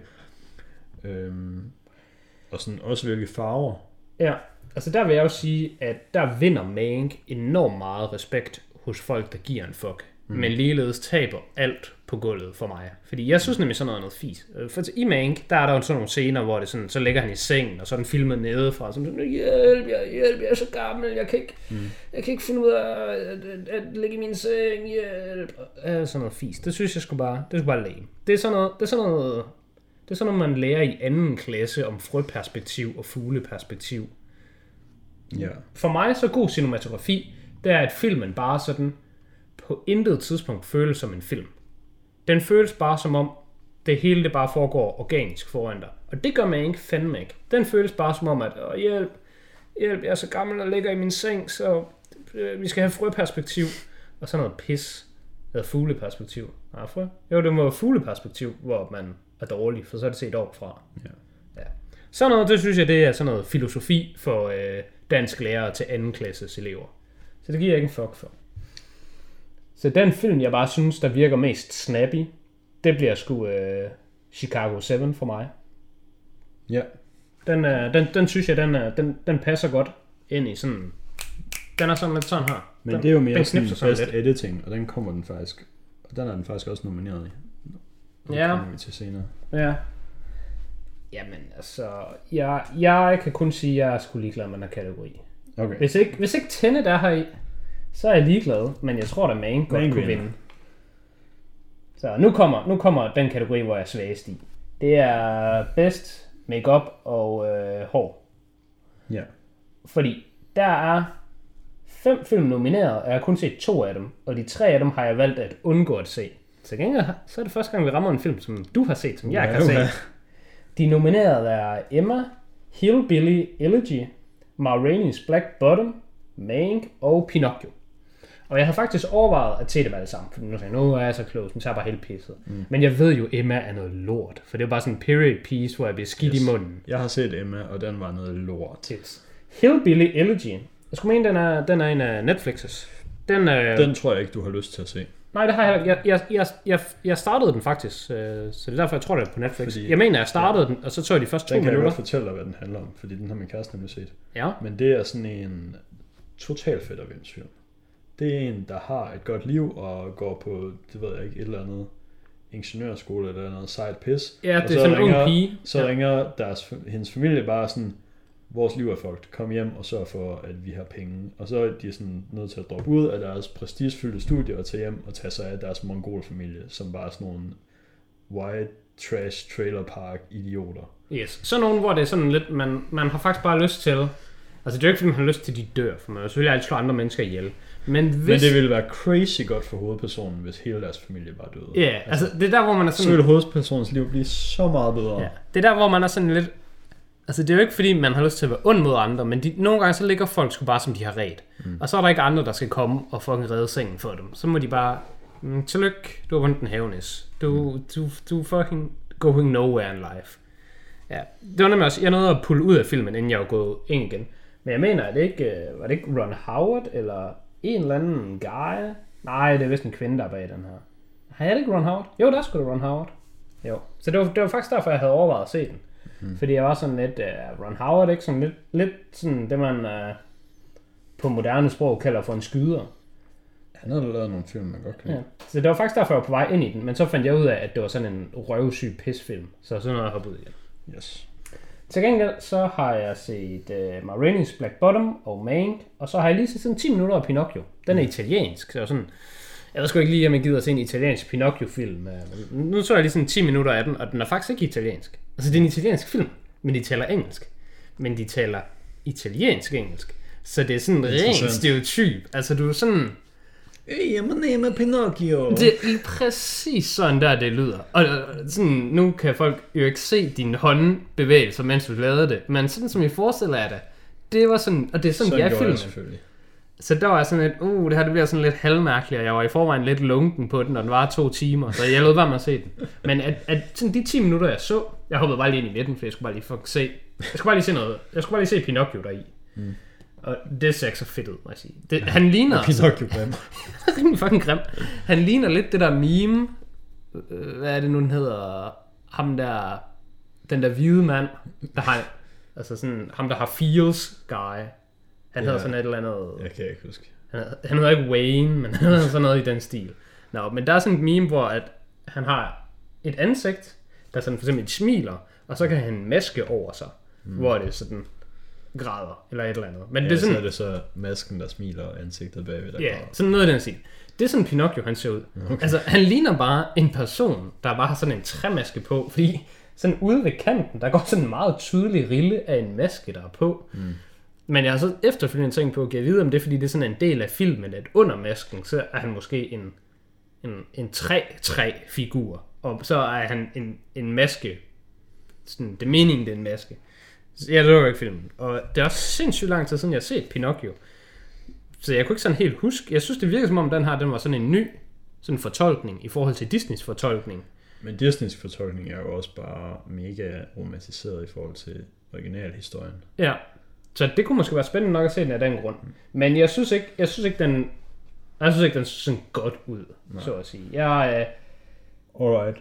Og sådan også hvilke farver. Ja, altså der vil jeg jo sige, at der vinder Mank enormt meget respekt hos folk, der giver en fuck. Men ligeledes taber alt på gulvet for mig. Fordi jeg synes nemlig sådan noget fis. For i Mank, der er der jo sådan nogle scener, hvor det sådan, så ligger han i sengen, og så er den filmet nedefra. Sådan, hjælp, jeg er så gammel, jeg kan ikke finde ud af at ligge i min seng, hjælp. Sådan noget fis. Det synes jeg skulle bare lame. Det er sådan noget, man lærer i anden klasse om frøperspektiv og fugleperspektiv. Ja. For mig så god cinematografi, det er, at filmen bare sådan på intet tidspunkt føles som en film. Den føles bare som om, det hele det bare foregår organisk foran dig. Og det gør man ikke fandme ikke. Den føles bare som om, at hjælp, jeg er så gammel og ligger i min seng, så vi skal have frøperspektiv. Og sådan noget pis. Eller fugleperspektiv. Nej, frø? Jo, det må være fugleperspektiv, hvor man er dårlig, for så er det set op fra. Ja. Sådan noget, det synes jeg, det er sådan noget filosofi for dansk lærere til anden klasses elever. Så det giver jeg ikke en fuck for. Så den film, jeg bare synes, der virker mest snappy, det bliver sgu Chicago 7 for mig. Ja. Den synes jeg, den passer godt ind i sådan... Den er sådan lidt sådan her. Men det er jo mere sådan sådan best lidt. editing, og den kommer den faktisk... Og den er den faktisk også nomineret i. Ja. kommer vi til senere. Ja. Jamen, altså... Jeg kan kun sige, at jeg er sgu ligeglad med den her kategori. Okay. Hvis ikke Tenet er her i, så er jeg ligeglad, men jeg tror, at Mank godt kunne vinde. Så nu kommer den kategori, hvor jeg er svagest i. Det er bedst makeup og hår. Ja. Fordi der er 5 film nomineret, og jeg har kun set 2 af dem, og de 3 af dem har jeg valgt at undgå at se. Så gengæld, så er det første gang, vi rammer en film, som du har set, som jeg ikke har set. De nominerede er Emma, Hillbilly Elegy, Ma Rainey's Black Bottom, Mank og Pinocchio. Og jeg har faktisk overvejet at se det alle sammen, for nu er jeg så klog, så er bare helt pisset. Men jeg ved jo, Emma er noget lort, for det er bare sådan en period piece, hvor jeg bliver skidt i munden. Jeg har set Emma, og den var noget lort. Hillbilly Elegy. Jeg skulle mene, den er en af Netflix's. Den tror jeg ikke, du har lyst til at se. Nej, det har jeg. Jeg startede den faktisk, så det er derfor, jeg tror, det er på Netflix. Fordi, jeg mener, jeg startede den, og så tog jeg de første 2 minutter. Den kan jeg godt fortælle dig, hvad den handler om, fordi den har min kæreste nemlig set. Ja. Men det er sådan en total fættervindsfilm. Det er en, der har et godt liv og går på, det ved jeg ikke, et eller andet ingeniørskole eller noget sejt pis. Ja, det er sådan en ung pige. Så ringer hendes familie bare sådan, vores liv er fucked, kom hjem og sørg for, at vi har penge. Og så er de sådan nødt til at droppe ud af deres prestigefyldte studier og tage hjem og tage sig af deres mongolfamilie, som bare er sådan nogle white trash trailer park idioter. Yes. Så nogen, hvor det er sådan lidt, man har faktisk bare lyst til, altså det er jo ikke, fordi man har lyst til, de dør, for man vil selvfølgelig altid slå andre mennesker ihjel. Men det ville være crazy godt for hovedpersonen, hvis hele deres familie bare døde. Ja, altså det er der, hvor man er sådan... Så ville hovedpersonens liv blive så meget bedre. Ja, det er der, hvor man er sådan lidt... Altså det er jo ikke, fordi man har lyst til at være ond mod andre, men nogle gange så ligger folk sgu bare, som de har ret. Og så er der ikke andre, der skal komme og fucking redde sengen for dem. Så må de bare... Tillykke, du har vundet en havenis. Du fucking going nowhere in life. Ja, det var nemlig også... Jeg nåede at pulle ud af filmen, inden jeg var gået ind igen. Men jeg mener, at det ikke... Var det ikke Ron Howard, eller... En eller anden guy? Nej, det er vist en kvinde, der er bag den her. Har jeg det ikke Ron Howard? Jo, der skulle det Ron Howard. Jo. Så det var faktisk derfor, jeg havde overvejet at se den. Fordi jeg var sådan lidt... Ron Howard, ikke? Sådan lidt sådan det, man på moderne sprog kalder for en skyder. Han havde lavet nogle film, man godt kan lide. Ja. Så det var faktisk derfor, jeg var på vej ind i den. Men så fandt jeg ud af, at det var sådan en røvsyg pisfilm. Så sådan noget, jeg hoppede ud igen. Yes. Til gengæld så har jeg set Ma Rainey's Black Bottom og Mank, og så har jeg lige set sådan 10 minutter af Pinocchio. Den er italiensk, så sådan... Jeg ved sgu ikke lige, om jeg gider at se en italiensk Pinocchio-film. Nu så jeg lige sådan 10 minutter af den, og den er faktisk ikke italiensk. Altså, det er en italiensk film, men de taler engelsk. Men de taler italiensk-engelsk. Så det er sådan en ren stereotyp. Altså, du er sådan... Hey, my name is Pinocchio. Det er præcis sådan der, det lyder. Og sådan, nu kan folk jo ikke se dine håndbevægelser, mens du lavede det. Men sådan som I forestiller jer det, det var sådan... Og det er sådan jeg filmen. Så der var jeg sådan lidt, det her det bliver sådan lidt halvmærkeligt, og jeg var i forvejen lidt lunken på den, og den var 2 timer, så jeg lød bare med at se den. Men at sådan de 10 minutter, jeg så, jeg hoppede bare lige ind i midten, for jeg skulle bare lige se, jeg skulle bare lige se noget, jeg skulle bare lige se Pinocchio deri. Og det ser ikke så fedt ud, må jeg sige. Han ligner... Pinocchio grim. Rimelig fucking grim. Han ligner lidt det der meme, hvad er det nu, den hedder, ham der, den der hvide mand, der har, altså sådan, ham der har feels guy. Han hedder sådan et eller andet... Jeg kan ikke huske. Han hedder ikke Wayne, men han hedder sådan noget i den stil. Men der er sådan et meme, hvor at han har et ansigt, der sådan for eksempel smiler, og så kan han en maske over sig, hvor det sådan græder, eller et eller andet. Men det er sådan, så er det så masken, der smiler, og ansigtet bagved, der græder. Sådan noget af den stil. Det er sådan Pinocchio, han ser ud. Okay. Altså, han ligner bare en person, der bare har sådan en træmaske på, fordi sådan ude ved kanten, der går sådan en meget tydelig rille af en maske, der er på. Men jeg har så efterfølgende tænkt på at give videre, om det er, fordi det er sådan en del af filmen, at under masken, så er han måske en træ-figur, og så er han en maske. Sådan, det er meningen, det er en maske. Så jeg lukker ikke filmen. Og det er også sindssygt lang tid siden, jeg har set Pinocchio. Så jeg kunne ikke sådan helt huske. Jeg synes, det virker som om, den var sådan en ny sådan fortolkning i forhold til Disneys fortolkning. Men Disneys fortolkning er jo også bare mega romantiseret i forhold til originalhistorien. Ja. Så det kunne måske være spændende nok at se den af den grund. Men jeg synes ikke den så sådan godt ud, så at sige. Alright.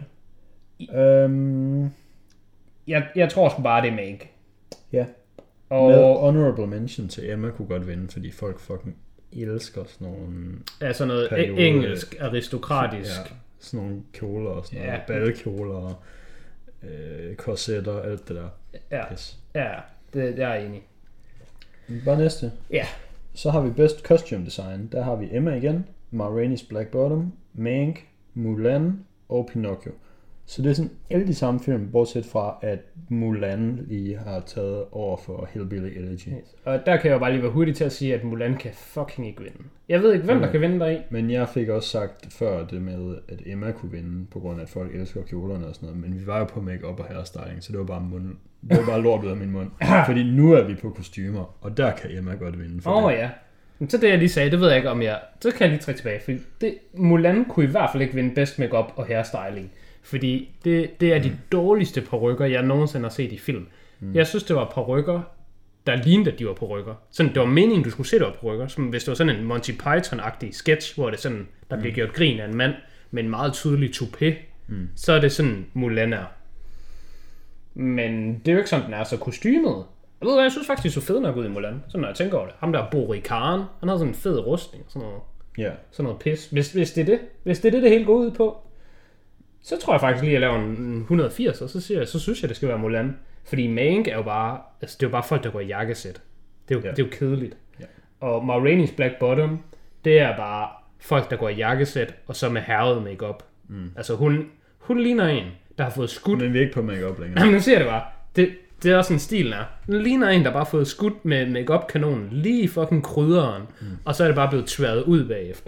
Jeg tror sgu bare, det er Mank. Ja. Og med honorable mention til Emma kunne godt vinde, fordi folk fucking elsker sådan nogle... Ja, sådan noget engelsk, aristokratisk. Ja, sådan nogle kjoler og sådan noget. Badekjoler, korsetter, alt det der. Ja, yes. Ja, det er jeg enig. Bare næste. Ja. Så har vi Best Costume Design. Der har vi Emma igen, Ma Rainey's Black Bottom, Mank, Mulan og Pinocchio. Så det er sådan alle de samme film, bortset fra at Mulan lige har taget over for Hillbilly Elegy. Yes. Og der kan jeg jo bare lige være hurtig til at sige, at Mulan kan fucking ikke vinde. Jeg ved ikke, hvem der kan vinde deri. Men jeg fik også sagt før det med, at Emma kunne vinde, på grund af at folk elsker kjolerne og sådan noget. Men vi var jo på make-up og hairstyling, så det var bare lort ud af min mund. Fordi nu er vi på kostymer, og der kan Emma godt vinde. Ja. Så det jeg lige sagde, det ved jeg ikke om jeg... Så kan jeg lige trække tilbage, for Mulan kunne i hvert fald ikke vinde best make-up og hairstyling. Fordi det er de dårligste parykker, jeg nogensinde har set i film. Jeg synes, det var parykker, der lignede, at de var parykker. Sådan, det var meningen, du skulle se, det var parykker. Som hvis det var sådan en Monty Python-agtig sketch, hvor det sådan, der bliver gjort grin af en mand med en meget tydelig toupé. Så er det sådan, Mulan er. Men det er jo ikke sådan, den er så kostymet. Jeg synes faktisk, det så fedt nok ud i Mulan. Sådan når jeg tænker over det. Ham der Bori Karen, han havde sådan en fed rustning. Sådan noget pis. Hvis det er det. Hvis det er det hele går ud på. Så tror jeg faktisk lige, at jeg laver en 180, og så synes jeg, det skal være Mulan. Fordi Mank er jo bare, altså det er jo bare folk, der går i jakkesæt. Det er jo kedeligt. Ja. Og Ma Rainey's Black Bottom, det er bare folk, der går i jakkesæt, og så med herret makeup. Altså hun ligner en, der har fået skudt. Men vi er ikke på makeup længere. Jamen nu siger det bare. Det er også sådan stilen er. Den ligner en, der bare har fået skudt med makeup-kanonen lige i fucking krydderen, og så er det bare blevet tværet ud bagefter.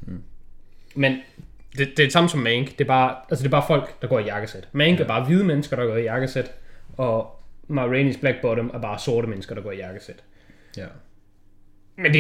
Men det er det samme som Mank. Det er bare folk, der går i jakkesæt. Mank er bare hvide mennesker, der går i jakkesæt, og Ma Rainey's Black Bottom er bare sorte mennesker, der går i jakkesæt. Ja. Men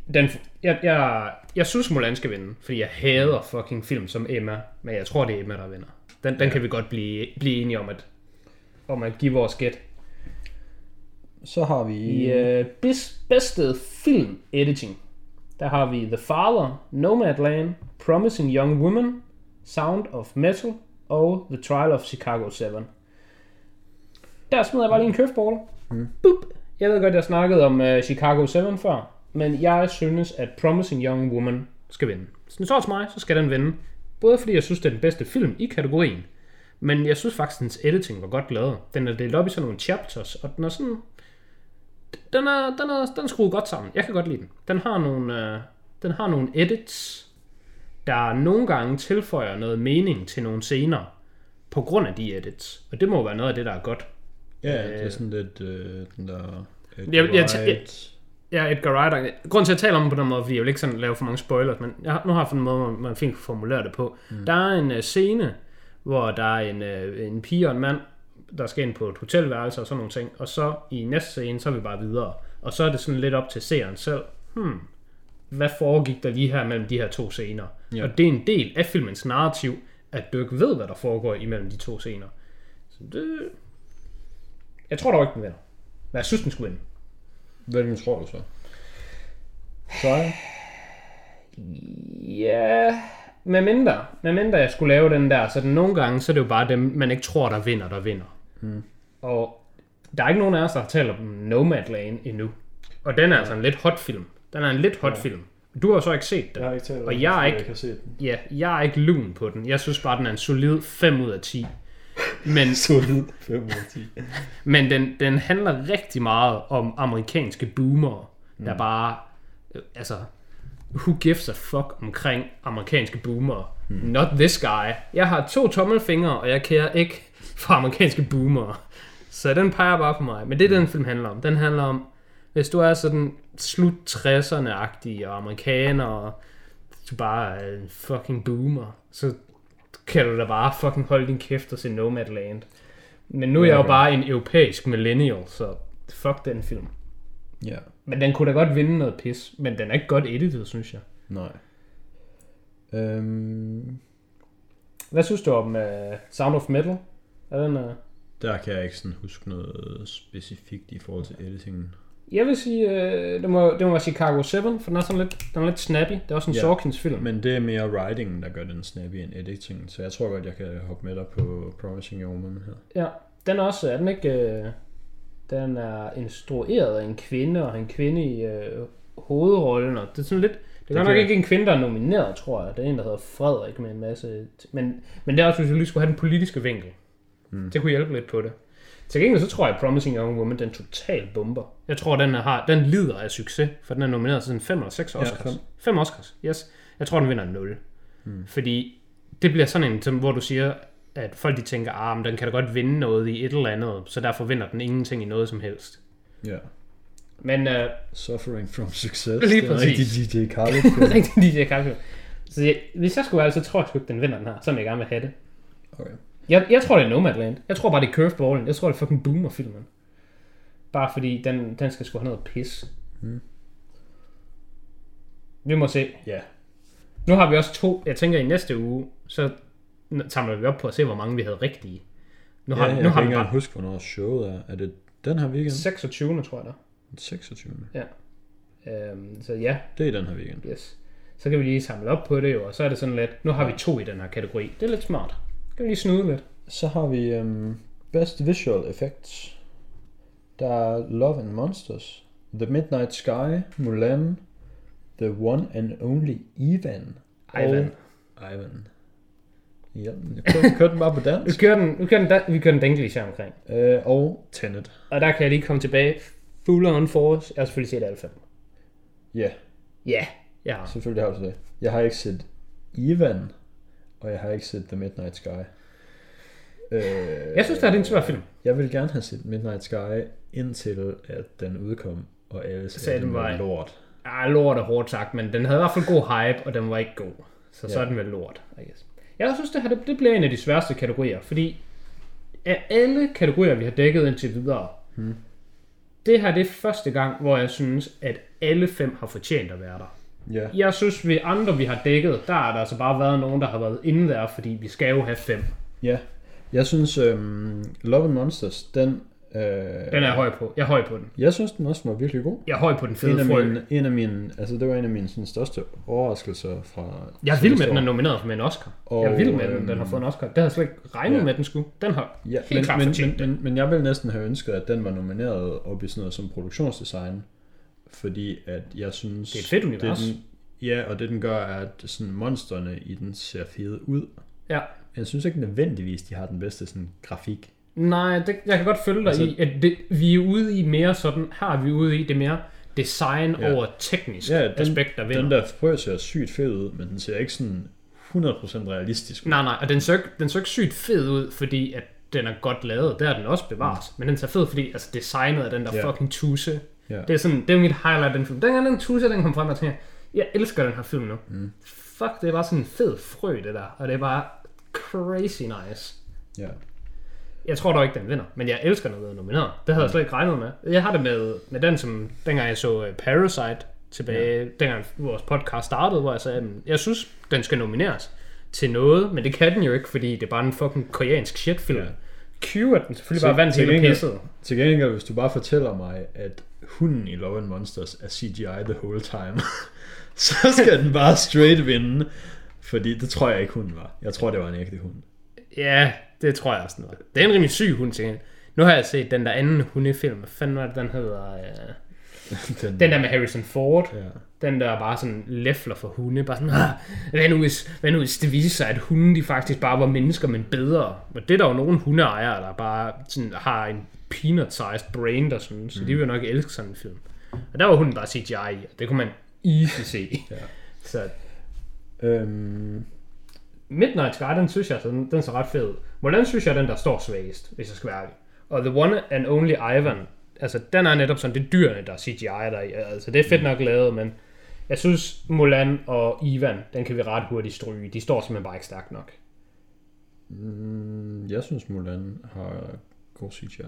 jeg synes Mulan skal vinde, fordi jeg hader fucking film som Emma, men jeg tror, det er Emma, der vinder. Den kan vi godt blive enige om at give vores gæt. Så har vi... I bedste film editing, der har vi The Father, Nomadland, Promising Young Woman, Sound of Metal og The Trial of Chicago 7. Der smider jeg bare lige en curveball. Boop. Jeg ved godt, jeg snakkede om Chicago 7 før, men jeg synes, at Promising Young Woman skal vinde. Hvis den står til mig, så skal den vinde. Både fordi jeg synes, det er den bedste film i kategorien, Men jeg synes faktisk, at dens editing var godt lavet. Den er delt op i sådan nogle chapters, og den er sådan... Den er skruet godt sammen. Jeg kan godt lide den. Den har nogle edits, der nogle gange tilføjer noget mening til nogle scener på grund af de edits. Og det må være noget af det, der er godt. Ja, det er sådan lidt den der... Edgar Wright. Grunden til at tale om det på den måde, fordi jeg vil ikke sådan lave for mange spoilers, men nu har jeg fundet en måde, man fint kan formulere det på. Der er en scene, hvor der er en pige og en mand, der skal ind på et hotelværelse og sådan nogle ting, og så i næste scene, så er vi bare videre. Og så er det sådan lidt op til seeren selv. Hvad foregik der lige her mellem de her to scener? Ja. Og det er en del af filmens narrativ, at du ikke ved, hvad der foregår imellem de to scener. Så det... Jeg tror dog ikke, den vinder. Men jeg synes, den skulle vinde. Hvilken tror du så? Så? Ja... Med mindre jeg skulle lave den der, så den nogle gange, så er det jo bare dem, man ikke tror, der vinder. Og der er ikke nogen af os, der har talt om Nomadland endnu. Og den er altså en lidt hot film. Den er en lidt hot film. Du har så ikke set den. Jeg har ikke talt om og jeg er ikke lun på den. Jeg synes bare, den er en solid 5 ud af 10. Men, solid 5 ud af 10. Men den handler rigtig meget om amerikanske boomere, der bare... Altså... Who gives a fuck omkring amerikanske boomere? Not this guy. Jeg har 2 tommelfingre, og jeg kærer ikke for amerikanske boomere. Så den peger bare på mig. Men det den film handler om. Den handler om, hvis du er sådan slut 60'erne-agtig og amerikaner, og du bare er en fucking boomer, så kan du da bare fucking holde din kæft og se Nomadland. Men nu er jeg jo bare en europæisk millennial, så fuck den film. Ja. Men den kunne da godt vinde noget pis, men den er ikke godt editet, synes jeg. Nej. Hvad synes du om Sound of Metal? Er den, Der kan jeg ikke sådan huske noget specifikt i forhold til editingen. Jeg vil sige, det må være Chicago 7, for den er lidt snappy. Det er også en Sorkins film. Men det er mere writingen, der gør den snappy end editingen, så jeg tror godt, jeg kan hoppe med dig på Promising Young Woman her. Ja, den er også, er den ikke... Den er instrueret af en kvinde, og en kvinde i hovedrollen, og det er sådan lidt... Det er nok ikke en kvinde, der er nomineret, tror jeg. Det er en, der hedder Frederik med en masse... Men det er også, hvis vi lige skulle have den politiske vinkel. Det kunne hjælpe lidt på det. Til gengæld så tror jeg, at Promising Young Woman, den totalt bomber. Jeg tror, den lider af succes, for den er nomineret til sådan 5 eller 6 Oscars. Ja, 5 Oscars, yes. Jeg tror, den vinder 0. Fordi det bliver sådan en, hvor du siger... at folk de tænker, men den kan da godt vinde noget i et eller andet, så derfor vinder den ingenting i noget som helst. Ja. Men... Suffering from success. Lige præcis. Det er rigtig DJ Khaled. Rigtig DJ Khaled. Så hvis jeg skulle være, så tror jeg sgu ikke, den vinder den her, som jeg gerne vil have det. Okay. Jeg tror, det er Nomadland. Jeg tror bare, det er Curveballen. Jeg tror, det er fucking Boomer-filmen. Bare fordi, den skal sgu have noget pis. Vi må se. Ja. Nu har vi også 2. Jeg tænker, i næste uge, så samler vi op på at se, hvor mange vi havde rigtige. Jeg kan ikke engang huske, hvornår showet er. Er det den her weekend? 26. tror jeg da. 26. Ja. Så ja. Det er den her weekend. Yes. Så kan vi lige samle op på det jo, og så er det sådan lidt, nu har vi 2 i den her kategori. Det er lidt smart. Kan vi lige snude lidt. Så har vi Best Visual Effects. Der er Love and Monsters, The Midnight Sky, Mulan, The One and Only Ivan. Ivan. Ja, kør den bare på dansk. Vi kører den Denglish her omkring. Og Tenet. Og der kan jeg lige komme tilbage. Full on force. Jeg har selvfølgelig set alle 5. Ja. Ja. Selvfølgelig har du det. Jeg har ikke set Ivan, og jeg har ikke set The Midnight Sky. Jeg synes, det er en svær film. Jeg vil gerne have set Midnight Sky, indtil at den udkom, og alle sagde, den var lort. Ja, lort er hårdt sagt, men den havde i hvert fald god hype, og den var ikke god. Så er den vel lort, I guess. Jeg synes, det bliver en af de sværeste kategorier, fordi af alle kategorier, vi har dækket indtil videre, det her det er første gang, hvor jeg synes, at alle 5 har fortjent at være der. Yeah. Jeg synes, vi andre, vi har dækket, der har der altså bare været nogen, der har været inde der, fordi vi skal jo have 5. Ja, jeg synes, Love and Monsters, den er jeg høj på. Jeg er høj på den. Jeg synes, den også var virkelig god. Jeg er høj på den fede frø. Det var en af mine sådan, største overraskelser fra... Jeg er vild med, at den er nomineret for en Oscar. Og, jeg er vild med, at den har fået en Oscar. Det har jeg slet ikke regnet med, at den skulle. Den har helt klart fortjent. Men jeg ville næsten have ønsket, at den var nomineret op i sådan noget som produktionsdesign. Fordi at jeg synes... Det er et fedt univers. Og det den gør, er, at sådan, monsterne i den ser fede ud. Ja. Jeg synes ikke nødvendigvis, de har den bedste sådan, grafik. Nej, jeg kan godt følge dig i, at vi er ude i mere sådan, her er vi ude i det mere design over teknisk aspekt, der vinder. Den der frø ser sygt fed ud, men den ser ikke sådan 100% realistisk ud. Nej, og den så ikke sygt fed ud, fordi at den er godt lavet. Der er den også bevares. Men den ser fed, fordi altså, designet af den der fucking tusse. Det er sådan, det er mit highlight af den film. Den tusse, den kom frem og tænker, jeg elsker den her film nu. Fuck, det er bare sådan en fed frø, det der. Og det er bare crazy nice. Ja. Jeg tror dog ikke, den vinder, men jeg elsker noget nomineret. Det havde jeg slet ikke regnet med. Jeg har det med den, som dengang jeg så Parasite tilbage, dengang vores podcast startede, hvor jeg sagde, at jeg synes, den skal nomineres til noget, men det kan den jo ikke, fordi det er bare en fucking koreansk shitfilm. Q er den selvfølgelig bare vant til hele pisset. Til gengæld, hvis du bare fortæller mig, at hunden i Love and Monsters er CGI the whole time, så skal den bare straight vinde, fordi det tror jeg ikke, hunden var. Jeg tror, det var en ægte hund. Ja, det tror jeg også noget. Det er en rimelig syg hund til. Nu har jeg set den der anden hundefilm. Hvad fanden var det, den hedder? Den der med Harrison Ford. Ja. Den der bare sådan læfler for hunde. Bare sådan, hvad nu hvis det viser sig, at hunde de faktisk bare var mennesker, men bedre. Og det er der jo nogle hundeejere, der bare sådan, har en peanut-sized brain, der sådan, så de vil nok elske sådan en film. Og der var hunden bare CGI i, og det kunne man easy se. Så... Midnight Sky, den synes jeg, den så ret fed. Hvordan synes jeg, den der står svagest, hvis jeg skal være ærlig? Og The One and Only Ivan, altså den er netop sådan, det er dyrene, der er CGI der i. Altså det er fedt nok lavet, men jeg synes Mulan og Ivan, den kan vi ret hurtigt stryge. De står simpelthen bare ikke stærkt nok. Jeg synes Mulan har god CGI.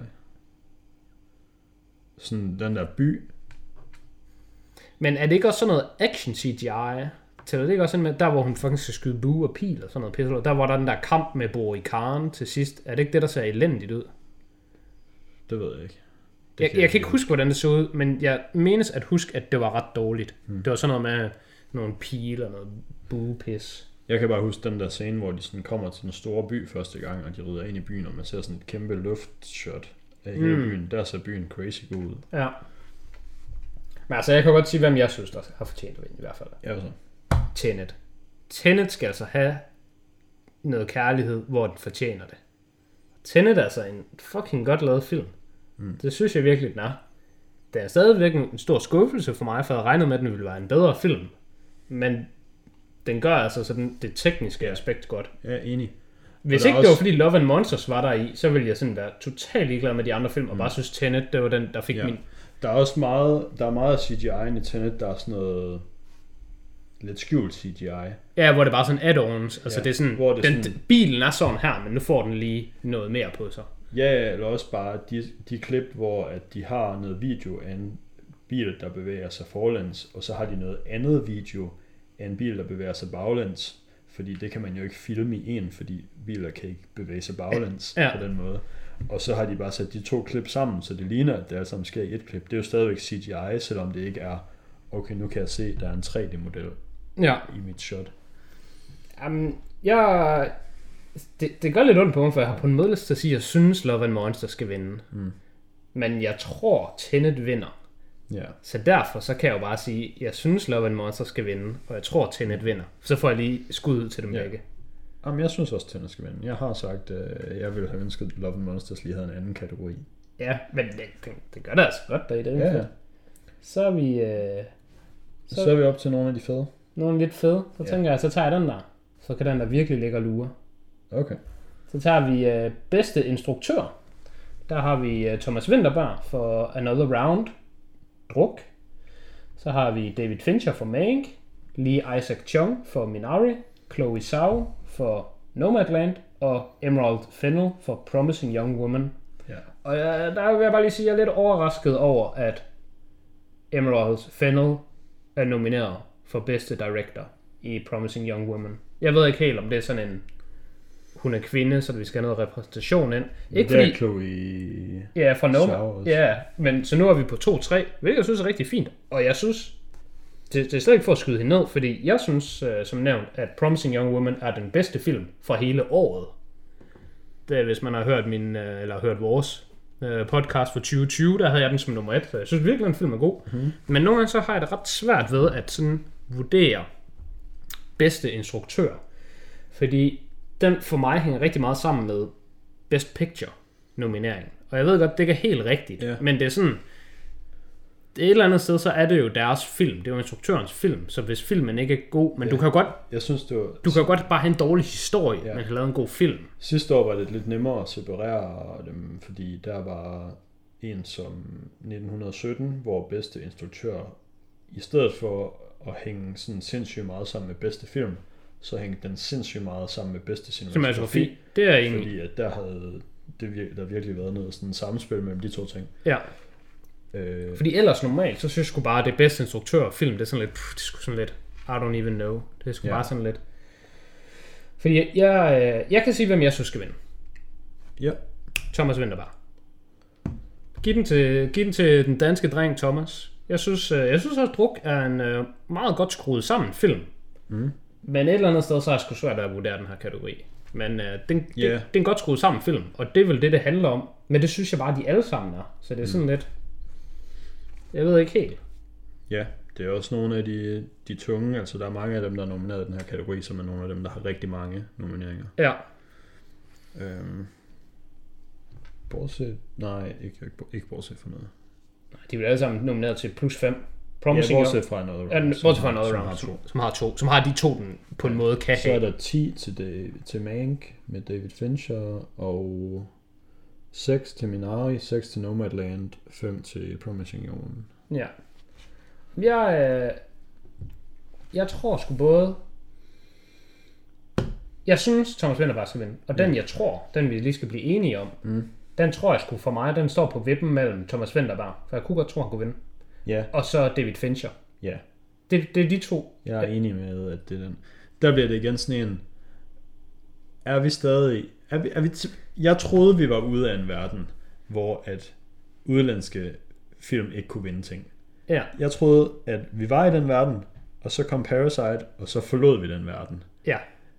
Sådan den der by. Men er det ikke også sådan noget action CGI? Tæller det ikke også sådan med, der hvor hun fucking skal skyde bue og pil og sådan noget pisse? Der var der den der kamp med Bori Khan til sidst. Er det ikke det, der ser elendigt ud? Det ved jeg ikke. Jeg kan ikke huske, hvordan det så ud, men jeg menes at huske, at det var ret dårligt. Det var sådan noget med nogle pile og noget buepis. Jeg kan bare huske den der scene, hvor de sådan kommer til den store by første gang, og de rydder ind i byen, og man ser sådan et kæmpe luftshot af hele byen. Der ser byen crazy god ud. Ja. Men altså, jeg kan godt sige, hvem jeg synes, der har fortjent at vinde i hvert fald. Ja, så. Tenet. Tenet skal altså have noget kærlighed, hvor den fortjener det. Tenet er altså en fucking godt lavet film. Det synes jeg virkelig, den er. Det er stadigvæk en stor skuffelse for mig, for jeg regnede med, at den ville være en bedre film. Men den gør altså sådan det tekniske aspekt godt. Jeg er enig. Hvis ikke det var fordi Love and Monsters var der i, så ville jeg sådan være totalt ligeglad med de andre film, og bare synes Tenet, det var den, der fik min... Der er også meget CGI i Tenet, der er sådan noget lidt skjult CGI. Ja, hvor det bare sådan add-ons. Altså det er sådan, hvor det sådan... bilen er sådan her, men nu får den lige noget mere på sig. Ja, eller også bare de klip, hvor at de har noget video af en bil, der bevæger sig forlæns, og så har de noget andet video af en bil, der bevæger sig baglæns. Fordi det kan man jo ikke filme i en, fordi biler kan ikke bevæge sig baglæns på den måde. Og så har de bare sat de to klip sammen, så det ligner, at det alt sammen sker i et klip. Det er jo stadigvæk CGI, selvom det ikke er, okay, nu kan jeg se, der er en 3D-model i mit shot. Det gør lidt ondt på mig, for jeg har på en måde lyst til at sige, at jeg synes, Love and Monsters skal vinde. Men jeg tror, Tenet vinder. Så derfor så kan jeg jo bare sige, at jeg synes, Love and Monsters skal vinde, og jeg tror, Tenet vinder. Så får jeg lige skud ud til dem begge. Jamen, jeg synes også, Tenet skal vinde. Jeg har sagt, at jeg ville have ønsket, at Love and Monsters lige havde en anden kategori. Ja, men det gør det altså godt der i det. Ja. Så er vi... Så er vi op til nogle af de fede. Nogle lidt fede. Så tænker jeg, så tager jeg den der. Så kan den der virkelig ligge og lure. Okay. Så tager vi bedste instruktør. Der har vi Thomas Vinterberg for Another Round. Druk. Så har vi David Fincher for Mank. Lee Isaac Chung for Minari. Chloe Zhao for Nomadland. Og Emerald Fennell for Promising Young Woman. Og der vil jeg bare lige sige, at jeg er lidt overrasket over, at Emerald Fennell er nomineret for bedste director i Promising Young Woman. Jeg ved ikke helt, om det er sådan en... Hun er kvinde, så vi skal have noget repræsentation ind. Ikke det er fordi... Chloe... Ja, fra Nomad. Ja, men så nu er vi på 2-3, hvilket jeg synes er rigtig fint. Og jeg synes, det er slet ikke for at skyde hende ned, fordi jeg synes, som nævnt, at Promising Young Woman er den bedste film fra hele året. Det er, hvis man har hørt eller hørt vores podcast for 2020, der havde jeg den som nummer 1, så jeg synes virkelig, at den film er god. Men nogle gange så har jeg det ret svært ved at sådan vurdere bedste instruktør. Fordi den for mig hænger rigtig meget sammen med Best Picture nominering. Og jeg ved godt, det ikke er helt rigtigt, men det er sådan, det er et eller andet sted, så er det jo deres film. Det er jo instruktørens film, så hvis filmen ikke er god, men du kan jo godt, jeg synes, du kan jo godt bare have en dårlig historie, men have lavet en god film. Sidste år var det lidt nemmere at separere dem, fordi der var en som 1917, hvor bedste instruktør, i stedet for at hænge sådan sindssygt meget sammen med bedste film, så hængte den sindssygt meget sammen med bedste cinematografi. Det er egentlig. Fordi at der havde der virkelig været noget sådan samspil mellem de to ting. Ja. Fordi ellers normalt, så synes jeg sgu bare, at det bedste instruktørfilm, det er sådan lidt, det er sgu sådan lidt, I don't even know. Det er sgu bare sådan lidt. Fordi jeg kan sige, hvem jeg synes skal vinde. Ja. Thomas Vinterberg. Giv den til den danske dreng Thomas. Jeg synes også, Druk er en meget godt skruet sammen film. Men et eller andet sted, så er det sgu svært at vurdere den her kategori. Men det er en godt skruet sammen film, og det er vel det handler om. Men det synes jeg bare, de alle sammen er. Så det er sådan lidt, jeg ved ikke helt. Ja, det er også nogle af de tunge, altså der er mange af dem, der er nomineret i den her kategori, som er nogle af dem, der har rigtig mange nomineringer. Ja. Bortset, nej, ikke bortset for noget. Nej, de er alle sammen nomineret til +5. Promising, ja, bortset fra Another Round. Bortset fra Another Round, som har de to, den på en måde kan så have. Så er der 10 til Mank med David Fincher, og 6 til Minari, 6 til Nomadland, 5 til Promising Young Woman. Ja. Jeg tror sgu både. Jeg synes, Thomas Vinterberg skal vinde. Og den, jeg tror, den vi lige skal blive enige om, den tror jeg sgu for mig, den står på vippen mellem Thomas Vinterberg, for jeg kunne godt tro, han kunne vinde. Ja. Og så David Fincher. Ja. Det er de to. Jeg er enig med, at det er den. Der bliver det igen sådan en. Er vi stadig. Jeg troede, vi var ude af en verden, hvor at udenlandske film ikke kunne vinde ting. Ja. Jeg troede, at vi var i den verden, og så kom Parasite, og så forlod vi den verden. Ja.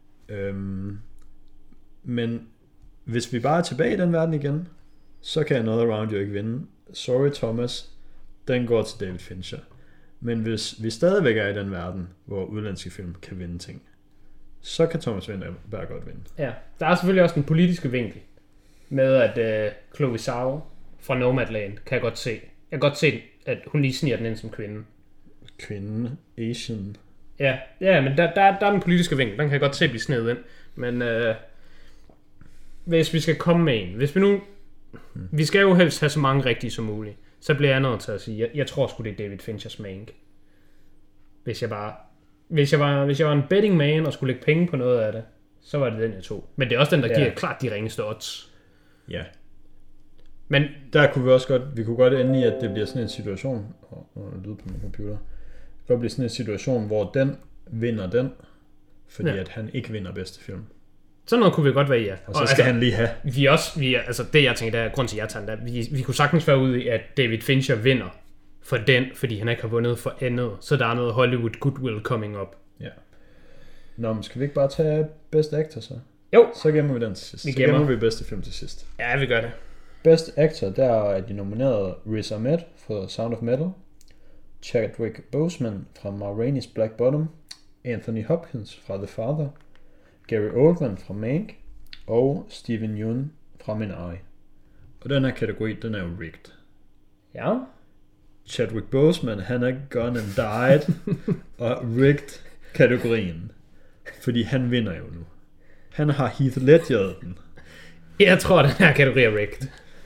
Men hvis vi bare er tilbage i den verden igen, så kan Another Round jo ikke vinde. Sorry Thomas, den går til David Fincher. Men hvis vi stadigvæk er i den verden, hvor udenlandske film kan vinde ting, så kan Thomas Vinterberg godt vinde. Ja, der er selvfølgelig også den politiske vinkel med, at Chloe Zhao fra Nomadland kan jeg godt se. Jeg kan godt se, at hun lige sniger den ind som kvinde. Kvinde, Asian. Ja, men der er den politiske vinkel. Den kan jeg godt se blive snedet ind. Men hvis vi skal komme med en, hvis vi nu, vi skal jo helst have så mange rigtige som muligt, så bliver jeg nødt til at sige, jeg tror sgu det er David Finchers Mank. Hvis jeg var en betting man og skulle lægge penge på noget af det, så var det den jeg tog. Men det er også den der giver klart de ringeste odds. Ja. Men der kunne vi kunne godt ende i, at det bliver sådan en situation, og lyd på min computer. Det kan blive sådan en situation, hvor den vinder den, fordi at han ikke vinder bedste film. Sådan noget kunne vi godt være i, ja. Og så skal han lige have. Altså det jeg tænker, der er grund til, at jeg tager den der. Vi kunne sagtens være ude i, at David Fincher vinder for den, fordi han ikke har vundet for andet. Så der er noget Hollywood goodwill coming up. Ja. Nå, men skal vi ikke bare tage Best Actor så? Jo. Så gemmer vi den til sidst. Så gemmer vi bedste film til sidst. Ja, vi gør det. Best Actor, der er de nominerede Riz Ahmed for Sound of Metal, Chadwick Boseman fra Ma Rainey's Black Bottom, Anthony Hopkins fra The Father, Gary Oldman fra Mank og Steven Yeun fra Minari. Og den her kategori, den er jo rigged. Ja. Chadwick Boseman, han er gone and died og rigged kategorien. Fordi han vinder jo nu. Han har Heath Ledger'et den. Jeg tror, den her kategori er rigged.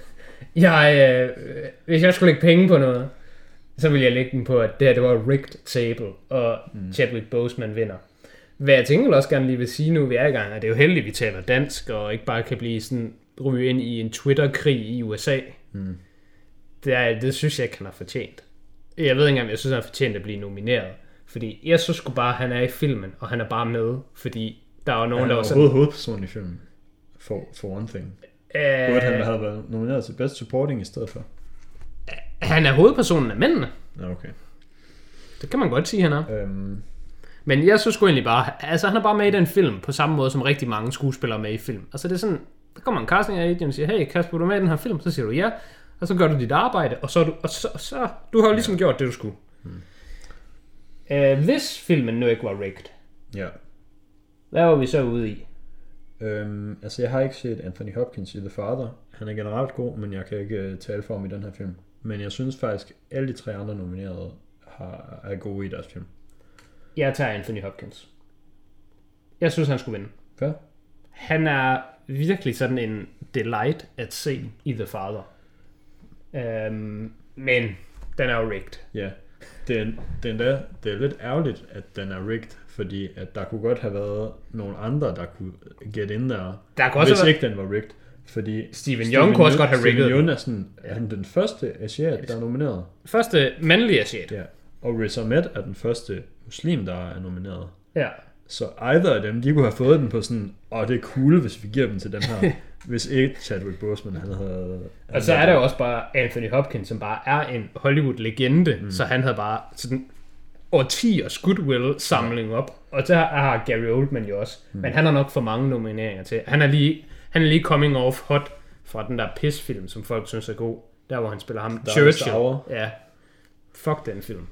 Hvis jeg skulle lægge penge på noget, så ville jeg lægge den på, at det var rigged table, og Chadwick Boseman vinder. Hvad jeg tænker også gerne lige vil sige nu, vi er i gang, at det er jo heldigt, at vi taler dansk, og ikke bare kan blive sådan, ryge ind i en Twitter-krig i USA. Det synes jeg ikke, han har fortjent. Jeg ved ikke engang, jeg synes, han har fortjent at blive nomineret. Fordi jeg synes sgu bare, at han er i filmen, og han er bare med, fordi der er nogen, der var sådan... Han er hovedperson i filmen, for one thing. Burde han have været nomineret til Best Supporting i stedet for? Han er hovedpersonen af mændene. Okay. Det kan man godt sige, han er. Men jeg synes sgu egentlig bare... Altså, han er bare med i den film, på samme måde som rigtig mange skuespillere med i film. Altså, det er sådan... Der kommer en casting agent og siger, hey Kasper, du er med i den her film? Så siger du ja. Og så gør du dit arbejde, og så du har jo ligesom gjort det, du skulle. Hvis filmen nu ikke var rigged, hvad var vi så ude i? Altså jeg har ikke set Anthony Hopkins i The Father. Han er generelt god, men jeg kan ikke tale for ham i den her film. Men jeg synes faktisk, at alle de 3 andre nominerede er gode i deres film. Jeg tager Anthony Hopkins. Jeg synes, han skulle vinde. Fair. Han er virkelig sådan en delight at se i The Father. Men den er jo rigged. Ja, det er lidt ærgerligt, at den er rigged, fordi at der kunne godt have været nogle andre, der kunne get in der hvis ikke den var rigged. Fordi Steven Yeun kunne også godt have rigged. Steven Yeun er sådan, er han den første asiat, der er nomineret? Første mandlige asiat. Ja, og Riz Ahmed er den første muslim, der er nomineret. Ja. Så either af dem, de kunne have fået den på sådan, det er cool, hvis vi giver dem til den her. Hvis ikke Chadwick Boseman, han havde... Og så er der jo også bare Anthony Hopkins, som bare er en Hollywood-legende, så han havde bare sådan årtiers goodwill-samling op. Og så har Gary Oldman jo også. Men han har nok for mange nomineringer til. Han er lige coming off hot fra den der pisfilm, som folk synes er god. Der hvor han spiller ham Churchill. Ja. Fuck den film.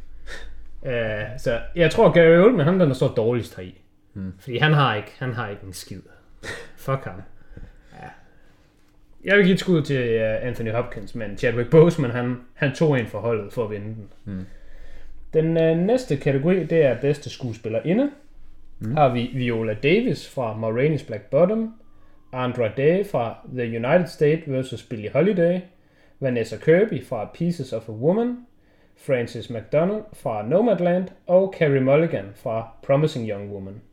Så jeg tror Gary Oldman, han der står dårligst heri. Fordi han har ikke en skid. Fuck ham. Ja. Jeg vil give et skud til Anthony Hopkins, men Chadwick Boseman, han tog en for holdet for at vinde den. Den næste kategori, det er bedste skuespillerinde. Har vi Viola Davis fra Ma Rainey's Black Bottom, Andra Day fra The United States vs. Billie Holiday, Vanessa Kirby fra Pieces of a Woman, Frances McDormand fra Nomadland og Carey Mulligan fra Promising Young Woman.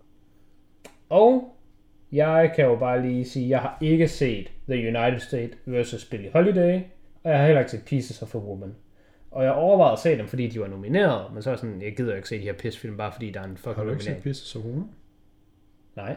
Og jeg kan jo bare lige sige, at jeg har ikke set The United States vs. Billie Holiday, og jeg har heller ikke set Pieces of a Woman. Og jeg overvejede at se dem, fordi de var nomineret, men så er sådan, jeg gider ikke se de her pisfilm, bare fordi der er en fucking nominering. Har du ikke set Pieces of a Woman? Nej.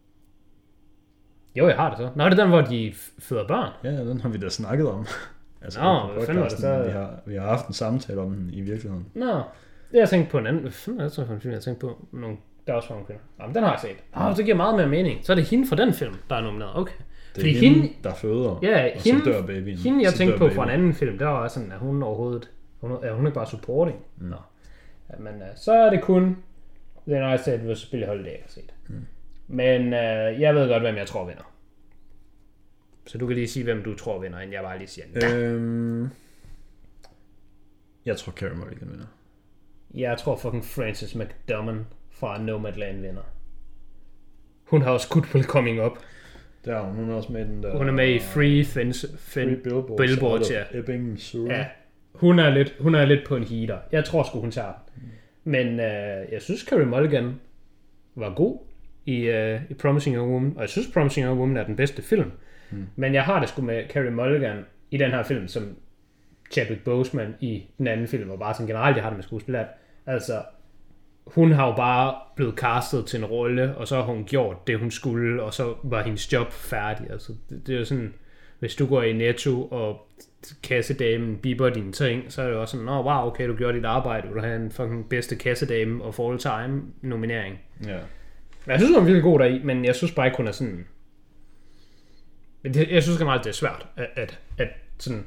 Jo, jeg har det så. Nå, det er den, hvor de føder børn. Ja, den har vi da snakket om. Altså, hvad fanden var det så? Vi har haft en samtale om den i virkeligheden. Nå, det jeg tænkte på en anden. Hvad fanden er det så for en film, jeg tænkte på? Der er også for nogle kvinder. Jamen, den har jeg set. Så giver meget mere mening. Så er det hende fra den film, der er nomineret. Okay. Det er hende, der føder, ja, og så dør babyen. Hende, jeg tænkte på fra en anden film, der var sådan, at hun overhovedet... Er hun ikke bare supporting? Nå. Ja, men så er det kun The United States vs. Billie Holiday, jeg har set. Men jeg ved godt, hvem jeg tror vinder. Så du kan lige sige, hvem du tror vinder, inden jeg bare lige siger jeg tror Carey Mulligan vinder. Jeg tror fucking Frances McDormand fra Nomadland vinder. Hun har også goodwill coming up. Der hun er også med den der... Hun er med i Free Billboards, ja. Ebbing, Missouri. Ja. Hun er lidt på en heater. Jeg tror sgu, hun tager den. Men jeg synes, Carey Mulligan var god i Promising Young Woman. Og jeg synes, Promising Young Woman er den bedste film. Men jeg har det sgu med Carey Mulligan i den her film, som Chadwick Boseman i den anden film. Og bare sådan generelt, jeg har det med skuespiller. Altså, hun har jo bare blevet castet til en rolle, og så har hun gjort det, hun skulle, og så var hendes job færdig. Altså, det er jo sådan, hvis du går i Netto, og kassedamen biber dine ting, så er det jo også sådan, wow, okay, du gjorde dit arbejde, du har en fucking bedste kassedame og for all time nominering. Ja. Men jeg synes, hun er virkelig god deri, men jeg synes bare ikke, hun er sådan... Jeg synes generelt, det er svært at sådan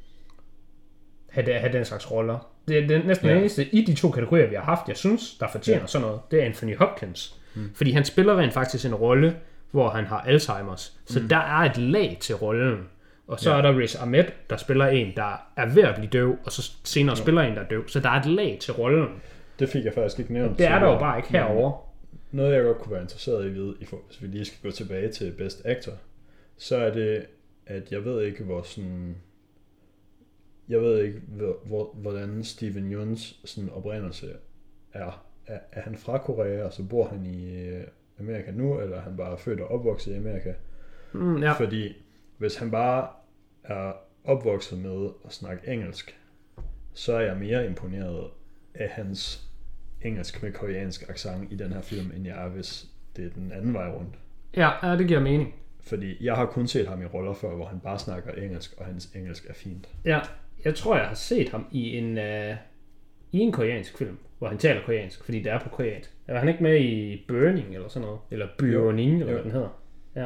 have den slags roller. Det er næsten det eneste i de 2 kategorier, vi har haft, jeg synes, der fortjener sådan noget. Det er Anthony Hopkins. Fordi han spiller rent faktisk en rolle, hvor han har Alzheimer's. Så der er et lag til rollen. Og så er der Riz Ahmed, der spiller en, der er ved at blive døv, og så senere spiller en, der er døv. Så der er et lag til rollen. Det fik jeg faktisk ikke nævnt. Det er der jo bare ikke herovre. Noget, jeg godt kunne være interesseret i at vide, hvis vi lige skal gå tilbage til Best Actor, så er det, at jeg ved ikke, hvordan Steven Yeun's sådan oprindelse er. Er han fra Korea, og så bor han i Amerika nu, eller er han bare født og opvokset i Amerika? Ja. Fordi hvis han bare er opvokset med at snakke engelsk, så er jeg mere imponeret af hans engelsk med koreansk accent i den her film, end jeg er, hvis det er den anden vej rundt. Ja, det giver mening. Fordi jeg har kun set ham i roller før, hvor han bare snakker engelsk, og hans engelsk er fint. Ja, jeg tror, jeg har set ham i en koreansk film, hvor han taler koreansk, fordi det er på koreansk. Er han ikke med i Burning eller sådan noget? Eller Burning, eller hvad den hedder? Ja.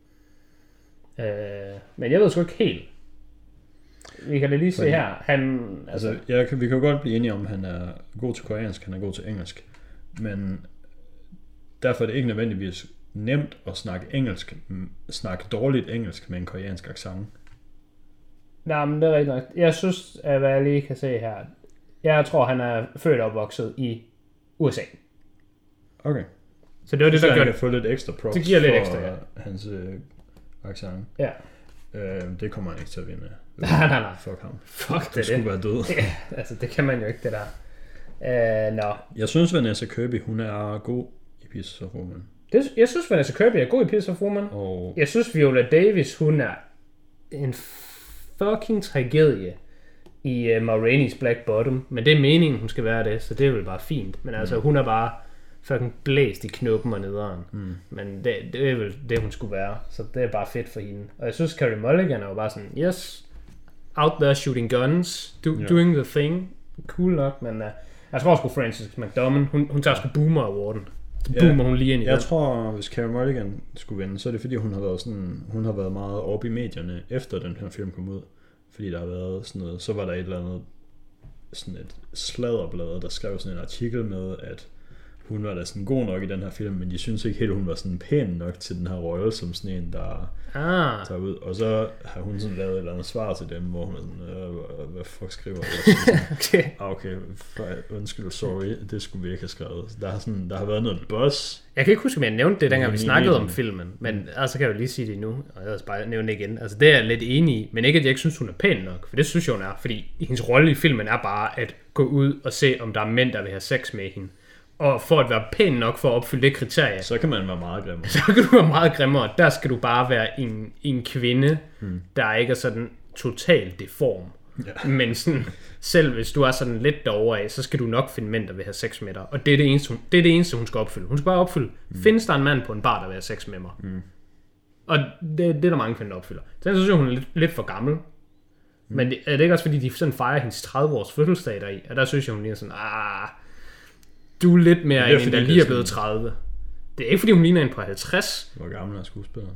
Men jeg ved sgu ikke helt. Vi kan da lige se her. Vi kan jo godt blive enige om, at han er god til koreansk, han er god til engelsk. Men derfor er det ikke nødvendigvis nemt at snakke dårligt engelsk med en koreansk accent. Nej, men det er rigtigt nok. Jeg synes, at hvad jeg lige kan se her, jeg tror, han er født og opvokset i USA. Okay. Så det var det, der gjorde det. Få lidt ekstra props det giver lidt ekstra, ja. Hans accent. Ja. Det kommer han ikke til at vinde. Nej. Fuck ham. Fuck det. Skulle være død. Ja, altså det kan man jo ikke, det der. Nå. Jeg synes, Vanessa Kirby, hun er god i Pieces of Woman. Jeg synes, Vanessa Kirby er god i Pieces of Woman. Og jeg synes, Viola Davis, hun er en fucking tragedie i Ma Rainey's Black Bottom. Men det er meningen, hun skal være det, så det er vel bare fint. Men altså, hun er bare fucking blæst i knuppen og nederen. Men det er vel det, hun skulle være. Så det er bare fedt for hende. Og jeg synes, Carey Mulligan er jo bare sådan, yes, out there shooting guns, doing the thing. Cool nok, men jeg tror sgu Frances McDormand, hun tager sgu Boomer Awarden. Så boomer hun lige ind i Jeg tror, hvis Carey Mulligan skulle vinde, så er det fordi, hun har været meget oppe i medierne, efter den her film kom ud. Fordi der har været sådan noget, så var der et eller andet, sådan et sladderblad, der skrev sådan en artikel med, at hun var da sådan god nok i den her film, men de synes ikke helt, hun var sådan pæn nok til den her rolle, som sådan en, der tager ud. Og så har hun sådan lavet et eller andet svar til dem, hvor hun er sådan, hvad fuck skriver jeg? Okay, undskyld, sorry, det skulle vi ikke have skrevet. Der har været noget buzz. Jeg kan ikke huske, om jeg nævnte det, dengang vi snakkede om filmen, men altså kan jeg jo lige sige det nu, og jeg vil bare nævne det igen. Altså det er jeg lidt enig i, men ikke at jeg ikke synes, hun er pæn nok, for det synes jeg, hun er, fordi hendes rolle i filmen er bare at gå ud og se, om der er mænd, der vil have sex med hende. Og for at være pæn nok for at opfylde det kriterie, så kan man være meget grimmere. Så kan du være meget grimmere. Der skal du bare være en kvinde, der ikke er sådan totalt deform. Ja. Men sådan, selv hvis du er sådan lidt derovre af, så skal du nok finde mænd, der vil have sex med dig. Og det er det eneste, hun skal opfylde. Hun skal bare opfylde, findes der en mand på en bar, der vil have sex med mig? Og det er der mange kvinder, der opfylder. Så synes jeg, hun er lidt for gammel. Men er det ikke også, fordi de sådan fejrer hendes 30-års fødselsdag deri? Og der synes jeg, hun lige er sådan, du er lidt mere end der lige er blevet 30. Det er ikke, fordi hun ligner en på 50. Hvor gammel er skuespilleren?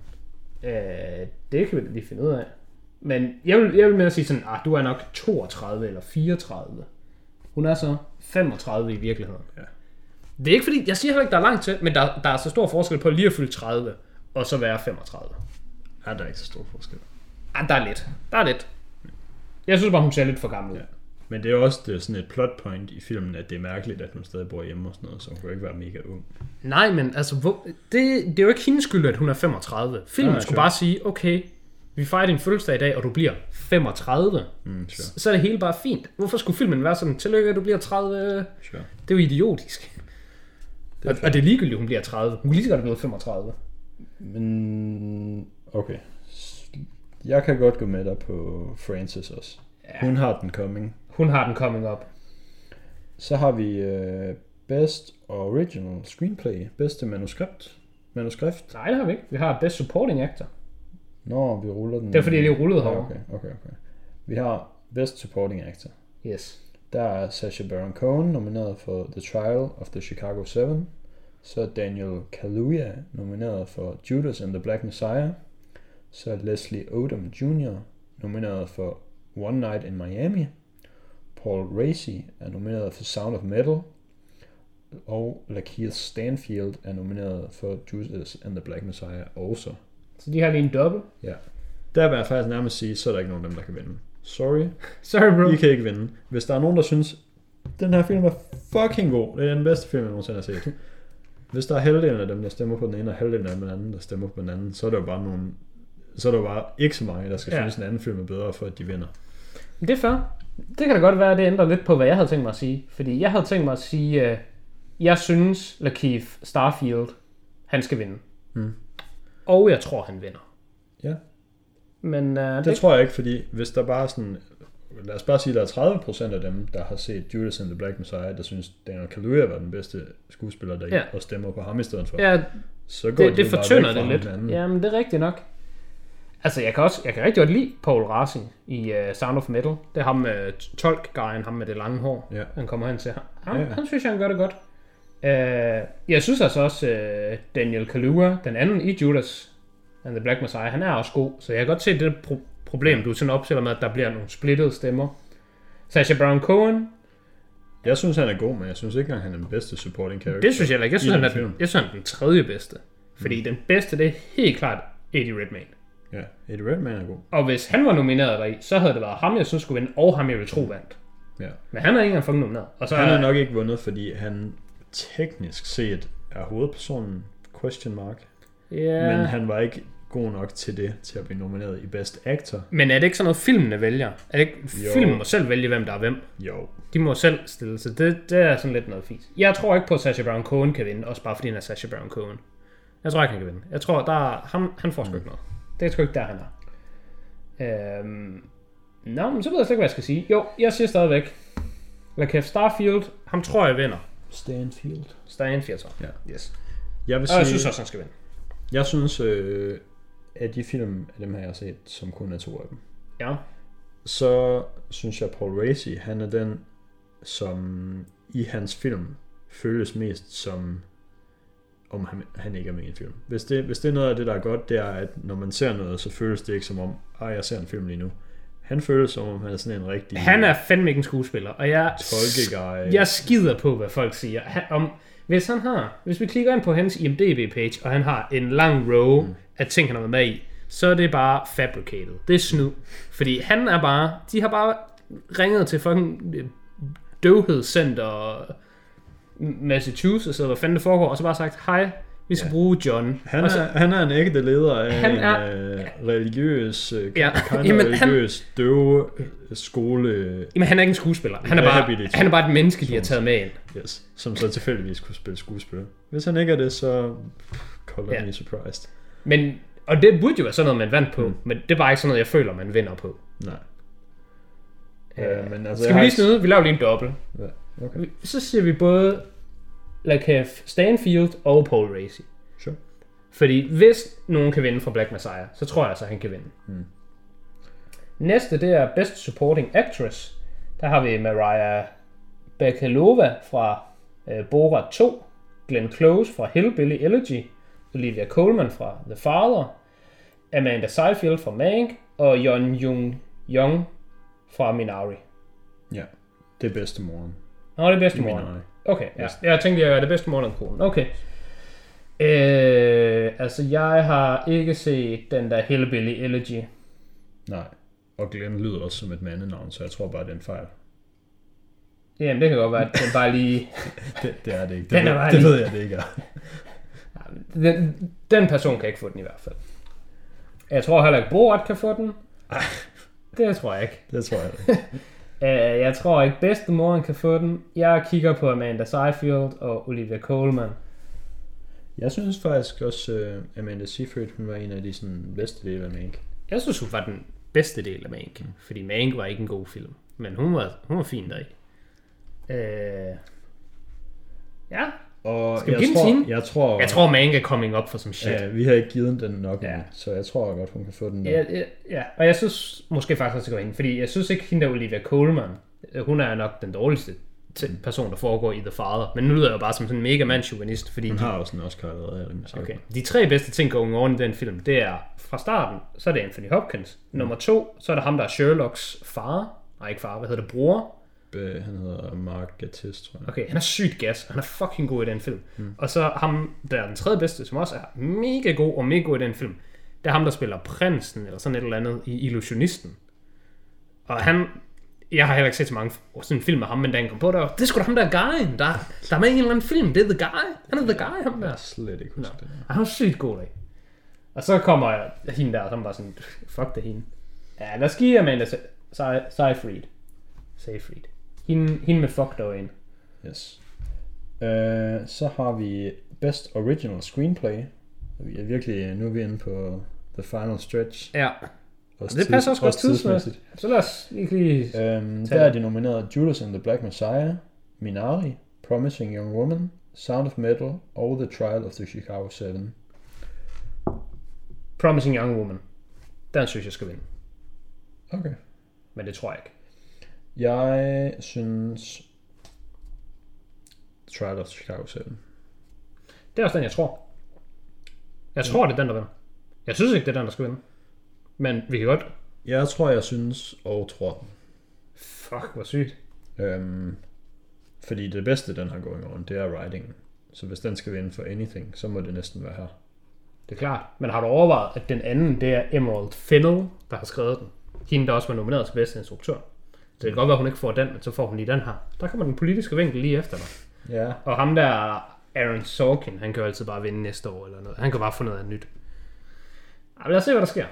Det kan vi lige finde ud af. Men jeg vil mere sige sådan, du er nok 32 eller 34. Hun er så 35 i virkeligheden. Ja. Det er ikke fordi, jeg siger heller ikke, der er langt til, men der er så stor forskel på lige at fylde 30, og så være 35. Ja, der er ikke så stor forskel. Der er lidt. Jeg synes bare, hun ser lidt for gammel ud. Ja. Men det er også sådan et plot point i filmen, at det er mærkeligt, at hun stadig bor hjemme og sådan noget, så hun kan jo ikke være mega ung. Nej, men altså, det er jo ikke hendes skyld, at hun er 35. Filmen skulle bare sige, okay, vi fejrer din fødselsdag i dag, og du bliver 35. Så er det hele bare fint. Hvorfor skulle filmen være sådan, tillykke, at du bliver 30? Sure. Det er jo idiotisk. Og det er ligegyldigt, at hun bliver 30. Hun kunne lige så godt blive 35. Men okay. Jeg kan godt gå med dig på Frances også. Ja. Hun har den coming up. Så har vi Best Original Screenplay. Bedste manuskript. Nej, det har vi ikke. Vi har Best Supporting Actor. Nå, vi ruller den. Det er fordi, jeg lige rullede herovre. Okay. Vi har Best Supporting Actor. Yes. Der er Sacha Baron Cohen nomineret for The Trial of the Chicago 7. Så er Daniel Kaluuya nomineret for Judas and the Black Messiah. Så er Leslie Odom Jr. nomineret for One Night in Miami. Paul Raci er nomineret for Sound of Metal. Og Lakeith Stanfield er nomineret for Judas and the Black Messiah også. Så de har lige en dobbelt? Ja. Der vil jeg faktisk nærmest sige, så er der ikke nogen af dem, der kan vinde. Sorry bro. I kan ikke vinde. Hvis der er nogen, der synes, den her film er fucking god, det er den bedste film, jeg nogensinde har set. Hvis der er halvdelen af dem, der stemmer på den ene, og halvdelen af den anden, der stemmer på den anden, så er der jo bare ikke så mange, der skal synes, den anden film er bedre, for at de vinder. Det er fair. Det kan da godt være, at det ændrer lidt på, hvad jeg havde tænkt mig at sige. Fordi jeg havde tænkt mig at sige, jeg synes, Lakeith Starfield, han skal vinde. Og jeg tror, han vinder. Ja. Men det tror jeg ikke, fordi hvis der bare sådan, lad os bare sige, at der er 30% af dem, der har set Judas and the Black Messiah, der synes, Daniel Kaluuya var den bedste skuespiller, der og stemmer på ham i stedet for. Ja, så går det fortynder det lidt. Jamen, det er rigtigt nok. Altså, jeg kan rigtig godt lide Paul Raci i Sound of Metal. Det er ham tolk-guyen, ham med det lange hår. Ja. Han kommer hen til. Han synes, han gør det godt. Jeg synes altså også, Daniel Kaluuya, den anden i Judas and the Black Messiah, han er også god. Så jeg kan godt se det problem, du sådan opstiller med, at der bliver nogle splittede stemmer. Sacha Baron Cohen. Jeg synes, han er god, men jeg synes ikke engang, han er den bedste supporting character. Det synes jeg ikke. Jeg synes, han er den tredje bedste. Fordi den bedste, det er helt klart Eddie Redmayne. Ja, Eddie Redmayne er god. Og hvis han var nomineret deri, så havde det været ham, jeg synes skulle vinde, og ham, jeg ville tro vandt. Ja. Men han er ikke engang fucking nomineret. Og så Han har nok ikke vundet, fordi han teknisk set er hovedpersonen, question mark. Ja. Men han var ikke god nok til det, til at blive nomineret i Best Actor. Men er det ikke sådan noget, filmene vælger? Er det ikke, filmen må selv vælge, hvem der er hvem? Jo. De må selv stille, så det er sådan lidt noget fint. Jeg tror ikke på, at Sacha Baron Cohen kan vinde, også bare fordi han er Sacha Baron Cohen. Jeg tror ikke, han kan vinde. Jeg tror, han får sgu ikke noget. Det er sgu ikke der, han er. Men så ved jeg slet ikke, hvad jeg skal sige. Jo, jeg siger stadigvæk. LaKeith Starfield, ham tror jeg vinder. Stanfield så. Ja. Yes. Jeg synes også, han skal vinde. Jeg synes, at de film af dem her, jeg har set, som kun er 2 af dem. Ja. Så synes jeg, Paul Raci, han er den, som i hans film føles mest som, om han ikke er med i en film. Hvis det er noget af det, der er godt, det er, at når man ser noget, så føles det ikke som om, jeg ser en film lige nu. Han føles som om, han er sådan en rigtig... Han er fandme ikke en skuespiller, og jeg skider på, hvad folk siger. Hvis vi klikker ind på hans IMDb-page, og han har en lang row af ting, han har været med i, så er det bare fabricated. Det er snyd. Fordi de har bare ringet til fucking døvhedscenter Massachusetts, eller hvad fanden det foregår, og så bare sagt, hej, vi skal bruge John. Han er en ægte leder af religiøs, religiøs døve skole. Jamen, han er ikke en skuespiller. Han er bare et menneske, de har taget med ind. Yes, som så tilfældigvis kunne spille skuespiller. Hvis han ikke er det, så call me surprised. Men, og det burde jo være sådan noget, man vandt på, men det er bare ikke sådan noget, jeg føler, man vinder på. Nej. Men altså, skal vi lige snyde? Vi laver lige en dobbelt. Ja, okay. Så siger vi både LaKeith Stanfield og Paul Raci. Sure. Fordi hvis nogen kan vinde fra Black Messiah, så tror jeg altså, han kan vinde. Næste, det er Best Supporting Actress. Der har vi Mariah Bakalova fra Borat 2, Glenn Close fra Hillbilly Elegy, Olivia Colman fra The Father, Amanda Seyfried fra Mank, og Yeon Jung fra Minari. Ja, det er bedste moren. Nå, det er bedste moren. Okay, ja. Jeg tænkte, at det er bedste moren og konen. Okay. Altså, jeg har ikke set den der Hillbilly Elegy. Nej, og Glenn lyder også som et mandenavn, så jeg tror bare, det er en fejl. Jamen, det kan godt være, at den bare lige... det er det ikke. Det ved jeg, det ikke er. Den person kan ikke få den i hvert fald. Jeg tror heller ikke, Borat kan få den. Det tror jeg ikke. Det tror jeg ikke. Jeg tror ikke, bedstemoren kan få den. Jeg kigger på Amanda Seyfried og Olivia Colman. Jeg synes faktisk også, Amanda Seyfried, hun var en af de sådan, bedste dele af Mank. Jeg synes, hun var den bedste del af Mank. Fordi Mank var ikke en god film. Men hun var fin deri. Ja. Og skal vi give den jeg tror Mank er coming up for some shit. Vi har ikke givet den nok, så jeg tror godt, hun kan få den der. Ja, og jeg synes måske faktisk også, at gå ind, fordi jeg synes ikke, hende der Olivia Colman, hun er nok den dårligste person, der foregår i The Father. Men nu lyder jeg jo bare som sådan en mega mandsjuvenist, fordi... Hun har også en Oscar allerede. Okay. De 3 bedste ting going on i den film, det er fra starten, så er det Anthony Hopkins. Nummer 2, så er det ham, der er Sherlocks far. Nej, ikke far, hvad hedder det? Bror? Han hedder Mark Gatiss, tror jeg. Okay, han er sygt gas. Han er fucking god i den film. Og så ham, der er den 3. bedste, som også er mega god og mega god i den film. Det er ham, der spiller prinsen, eller sådan et eller andet, i Illusionisten. Og jeg har heller ikke set så mange sådan en film med ham, men da han kom på det er sgu da ham, der er guyen. Der er med i en eller anden film. Det er The Guy. Han er The Guy, ham der. Jeg slet ikke huske det. Han er sygt god af. Og så kommer hende der, som var sådan, fuck det hende. Ja, der sker Amanda Seyfried. Hende med fuck der ind. Yes. Så har vi Best Original Screenplay. Vi er virkelig, nu er vi inde på the final stretch. Ja. Det passer også godt tidsmæssigt. Så lad os lige der er de nomineret Judas and the Black Messiah, Minari, Promising Young Woman, Sound of Metal og The Trial of the Chicago 7. Promising Young Woman. Den synes jeg skal vinde. Okay. Men det tror jeg ikke. Jeg synes Trial of Chicago 7. Det er også den, jeg tror. Jeg tror, det er den, der vinder. Jeg synes ikke, det er den, der skal vinde. Men vi kan godt. Jeg tror, jeg synes og tror. Fuck, hvor sygt. Fordi det bedste, den har going on, det er writing. Så hvis den skal vinde for anything, så må det næsten være her. Det er klart. Men har du overvejet, at den anden, det er Emerald Fennell, der har skrevet den? Hende, der også var nomineret til bedste instruktør. Så det kan godt være, at hun ikke får den, men så får hun lige den her. Der kommer den politiske vinkel lige efter dig. Ja. Og ham der, Aaron Sorkin, han kan jo altid bare vinde næste år eller noget. Han kan bare få noget nyt. Ja, lad os se, hvad der sker.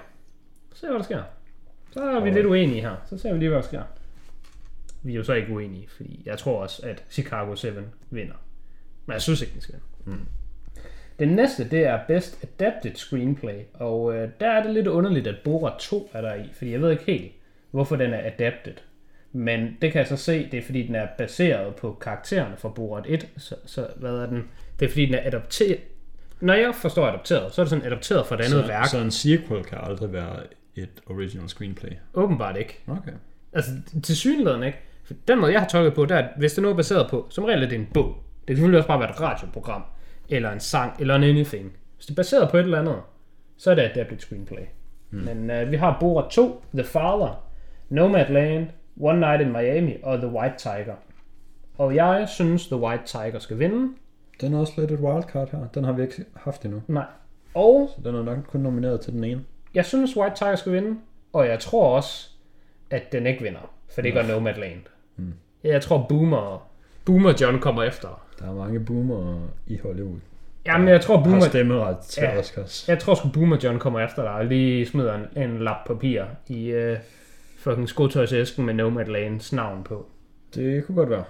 Så er vi lidt uenige her. Så ser vi lige, hvad der sker. Vi er jo så ikke uenige, fordi jeg tror også, at Chicago 7 vinder. Men jeg synes ikke, den skal vinde. Den næste, det er Best Adapted Screenplay. Og der er det lidt underligt, at Borat 2 er der i. Fordi jeg ved ikke helt, hvorfor den er adapted. Men det kan jeg så se, det er fordi, den er baseret på karaktererne fra Borat 1. Så hvad er den? Det er fordi, den er adopteret. Når jeg forstår adopteret, så er det sådan adopteret fra et andet værk. Så en sequel kan aldrig være et original screenplay? Åbenbart ikke. Okay. Altså, til synligheden ikke. For den måde, jeg har tolket på, det er, at hvis det er noget baseret på, som regel er det en bog. Det kan selvfølgelig også bare være et radioprogram, eller en sang, eller en anything. Hvis det er baseret på et eller andet, så er det adapted screenplay. Men vi har Borat 2, The Father, Nomadland, One Night in Miami og The White Tiger. Og jeg synes, The White Tiger skal vinde. Den er også lidt et wildcard her. Den har vi ikke haft endnu. Nej. Og så den er nok kun nomineret til den ene. Jeg synes, White Tiger skal vinde. Og jeg tror også, at den ikke vinder. For det gør Nomadland. Jeg tror Boomer John kommer efter. Der er mange boomer i Hollywood. Jamen, jeg tror Boomer... har stemmeret til Oscars. Jeg tror sgu Boomer John kommer efter dig og lige smider en lap papir i fucking skotøjsæsken med Nomadlands navn på. Det kunne godt være.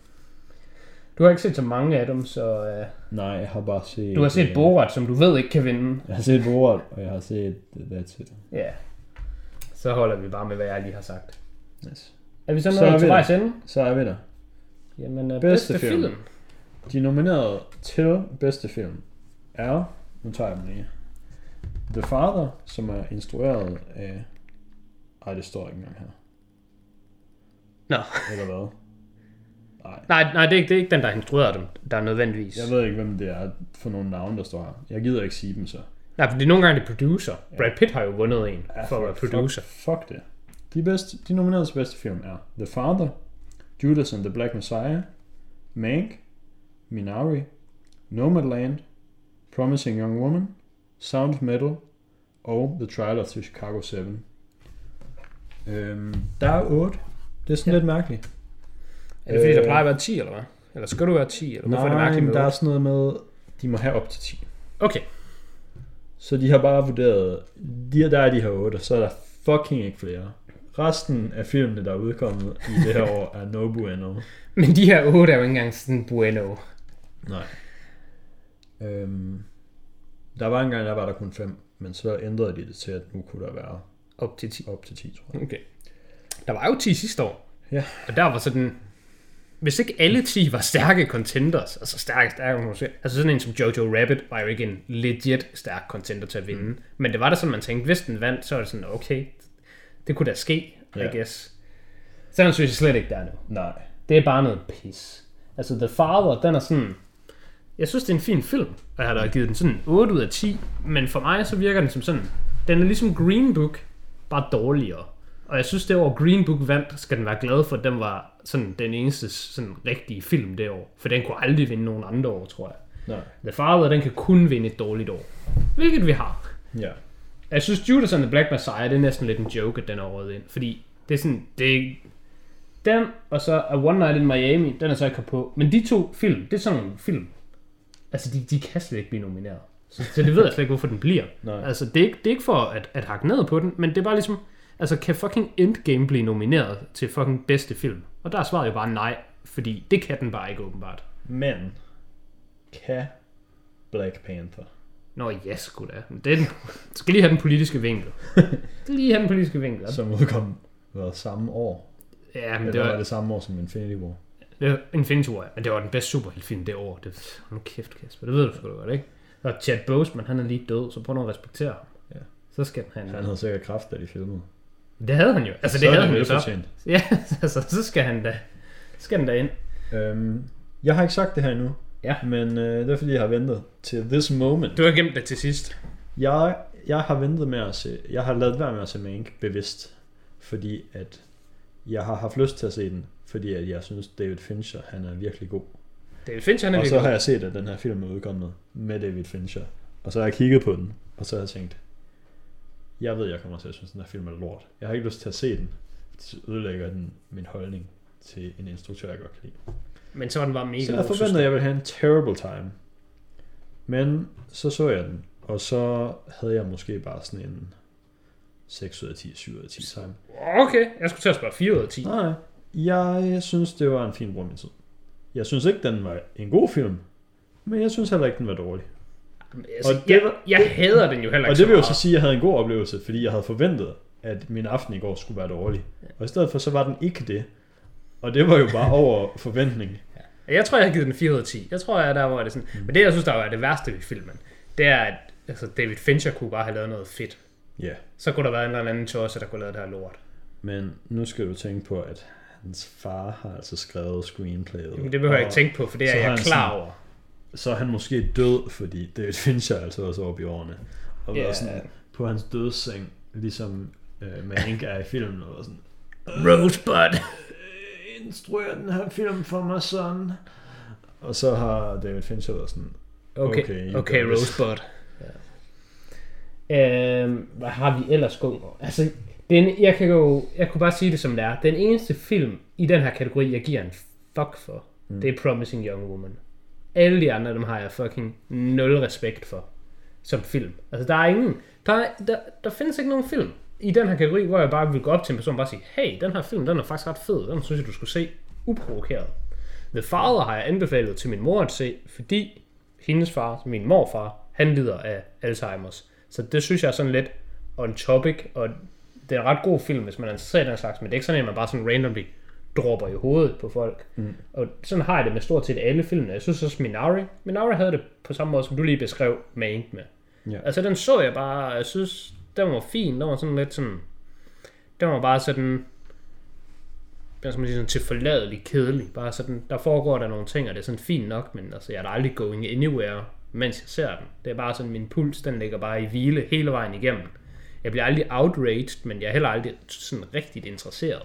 Du har ikke set så mange af dem, så... Nej, jeg har bare set... Du har set Borat, som du ved ikke kan vinde. Jeg har set Borat, og jeg har set That's It. Ja. Så holder vi bare med, hvad jeg lige har sagt. Yes. Er vi så nået til vejs ende? Så er vi der. Jamen, bedste film. De nominerede til bedste film er... Nu tager jeg dem lige. The Father, som er instrueret af... Ej, det står ikke engang her. Nå. Eller hvad? Nej, det er ikke den, der har instrueret dem, der er nødvendigvis. Jeg ved ikke, hvem det er for nogle navne, der står her. Jeg gider ikke sige dem så. Nej, for det er nogle gange det producer. Ja. Brad Pitt har jo vundet en for at være producer. Fuck det. De nominerede til bedste film er The Father, Judas and the Black Messiah, Mank, Minari, Nomadland, Promising Young Woman, Sound of Metal og The Trial of the Chicago 7. Der er 8. Det er sådan lidt mærkeligt. Er det fordi, der plejer at være 10, eller hvad? Eller skal du være 10? Eller hvorfor er det mærkeligt med 8? Der er sådan noget med, de må have op til 10. Okay. Så de har bare vurderet, der er de her 8, og så er der fucking ikke flere. Resten af filmene, der er udkommet i det her år, er no bueno. Men de her 8 er jo ikke engang sådan bueno. Nej. Der var engang, der var der kun 5, men så ændrede de det til, at nu kunne der være op til 10, tror jeg. Okay. Der var jo 10 sidste år. Ja. Og der var sådan... Hvis ikke alle 10 var stærke contenders, altså stærke, altså sådan en som Jojo Rabbit var jo ikke en legit stærk contender til at vinde. Men det var da sådan, man tænkte, hvis den vandt, så var det sådan, okay, det kunne da ske, I guess. Sådan synes jeg slet ikke, der er nu. Nej. Det er bare noget pis. Altså The Father, den er sådan... Jeg synes, det er en fin film, og jeg har da givet den sådan 8 ud af 10. Men for mig, så virker den som sådan... Den er ligesom Green Book, bare dårligere. Og jeg synes, det år Green Book vandt, skal den være glad for, at den var sådan den eneste sådan rigtige film det år. For den kunne aldrig vinde nogen andre år, tror jeg. Nej. The Father, den kan kun vinde et dårligt år. Hvilket vi har. Ja. Jeg synes, Judas and the Black Messiah, det er næsten lidt en joke, at den er røget ind. Fordi det er sådan, den, og så A One Night in Miami, den er så ikke på. Men de to film, det er sådan nogle film. Altså, de kan slet ikke blive nomineret. Så det ved jeg slet ikke, hvorfor den bliver. Nej. Altså, det er ikke for at hakke ned på den, men det er bare ligesom... Altså, kan fucking Endgame blive nomineret til fucking bedste film? Og der er svaret jo bare nej, fordi det kan den bare ikke åbenbart. Men kan Black Panther? Nå ja, sgu da. Men den skal lige have den politiske vinkel. Som udkom samme år. Ja, men det var det samme år som Infinity War. Det var Infinity War, men det var den bedste superheltfilm det år. Nu kæft, Kasper, det ved du sgu da godt, ikke? Og Chad Boseman, han er lige død, så prøv nu at respektere ham. Ja. Så skal han havde sikkert kræft, da de filmede. Det havde han jo. Altså, det havde han jo så. Ja, altså, så skal han da ind. Jeg har ikke sagt det her endnu. Ja. Men det er fordi, jeg har ventet til this moment. Du har gemt det til sidst. Jeg har ventet med at se... Jeg har ladet være med at se Mank bevidst. Fordi at jeg har haft lyst til at se den. Fordi at jeg synes, David Fincher, han er virkelig god. David Fincher, han er og virkelig så har jeg set, at den her film er udkommet med David Fincher. Og så har jeg kigget på den, og så har jeg tænkt, jeg ved, jeg kommer til at synes, den her film er lort. Jeg har ikke lyst til at se den, fordi så ødelægger den min holdning til en instruktør, jeg godt kan lide. Men så var den bare mega. Så jeg forventede, at jeg ville have en terrible time. Men så jeg den, og så havde jeg måske bare sådan en 6 ud af 10, 7 ud af 10 time. Okay, jeg skulle til at spørge 4 ud af 10. Nej, jeg synes, det var en fin brug af min tid. Jeg synes ikke, den var en god film, men jeg synes heller ikke, den var dårlig. Altså, jeg hader den jo heller ikke. Og det vil jo så sige, at jeg havde en god oplevelse, fordi jeg havde forventet, at min aften i går skulle være dårlig. Og i stedet for, så var den ikke det. Og det var jo bare over forventning. Ja. Jeg tror, jeg har givet den 4 ud af 10. Jeg tror, der var det sådan. Men det, jeg synes, der var det værste ved filmen, det er, at altså, David Fincher kunne bare have lavet noget fedt. Ja. Så kunne der være en eller anden tosse, der kunne lave det her lort. Men nu skal du tænke på, at hans far har altså skrevet screenplayet. Jamen, det behøver jeg ikke tænke på, for det er jeg klar over. Så er han måske død, fordi David Fincher er altså også oppe i årene. Og var sådan på hans dødsseng, ligesom Mank er i filmen, og var sådan, Rosebud! Instruer den her film for mig, son. Og så har David Fincher været sådan, okay Rosebud. Hvad har vi ellers gået? Altså, jeg kunne bare sige det som det er. Den eneste film i den her kategori, jeg giver en fuck for, det er Promising Young Woman. Alle de andre, dem har jeg fucking nul respekt for som film. Altså, der er ingen... Der findes ikke nogen film i den her kategori, hvor jeg bare vil gå op til en person og bare sige, hey, den her film, den er faktisk ret fed. Den synes jeg, du skulle se uprovokeret. The Father har jeg anbefalet til min mor at se, fordi hendes far, min morfar, han lider af Alzheimer's. Så det synes jeg er sådan lidt on topic, og det er en ret god film, hvis man er interesseret i den slags, men det er ikke sådan, at man bare sådan randomly dropper i hovedet på folk. Og sådan har jeg det med stort set alle filmene. Jeg synes også Minari havde det på samme måde, som du lige beskrev Mank med. Ja. Altså den så jeg bare, jeg synes, den var fin, den var sådan lidt sådan, den var bare sådan, jeg skal sige sådan tilforladelig kedelig, bare sådan, der foregår der nogle ting, og det er sådan fint nok, men altså, jeg er da aldrig going anywhere, mens jeg ser den. Det er bare sådan, min puls, den ligger bare i hvile hele vejen igennem. Jeg bliver aldrig outraged, men jeg er heller aldrig sådan rigtigt interesseret.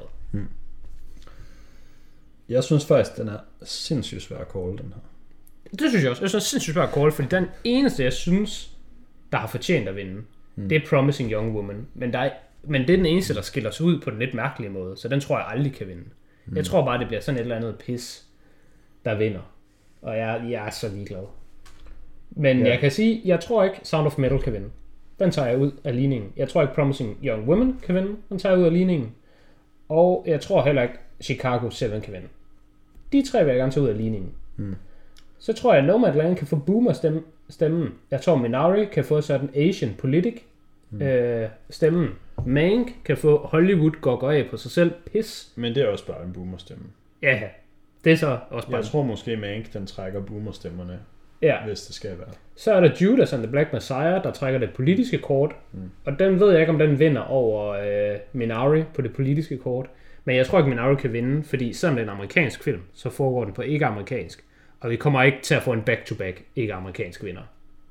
Jeg synes faktisk, den er sindssygt svær at call, den her. Det synes jeg også. Jeg synes, det er sindssygt svær at call, fordi den eneste, jeg synes, der har fortjent at vinde, det er Promising Young Woman. Men det er den eneste, der skiller sig ud på den lidt mærkelige måde, så den tror jeg aldrig kan vinde. Jeg tror bare, det bliver sådan et eller andet pis, der vinder. Og jeg er så ligeglad. Men jeg kan sige, jeg tror ikke Sound of Metal kan vinde. Den tager jeg ud af ligningen. Jeg tror ikke Promising Young Woman kan vinde. Den tager jeg ud af ligningen. Og jeg tror heller ikke Chicago 7 kan vinde. De tre vil jeg gerne tage ud af ligningen. Så tror jeg, at Nomadland kan få Boomer stemmen. Jeg tror, Minari kan få sådan Asian Politic stemmen. Mank kan få Hollywood går af på sig selv. Pis. Men det er også bare en Boomer stemme. Ja, det er så også bare... Jeg tror måske, Mank den trækker Boomer stemmerne, hvis det skal være. Så er der Judas and the Black Messiah, der trækker det politiske kort. Og den ved jeg ikke, om den vinder over Minari på det politiske kort. Men jeg tror ikke, Minari kan vinde, fordi selvom det er en amerikansk film, så foregår den på ikke-amerikansk. Og vi kommer ikke til at få en back-to-back ikke-amerikansk vinder.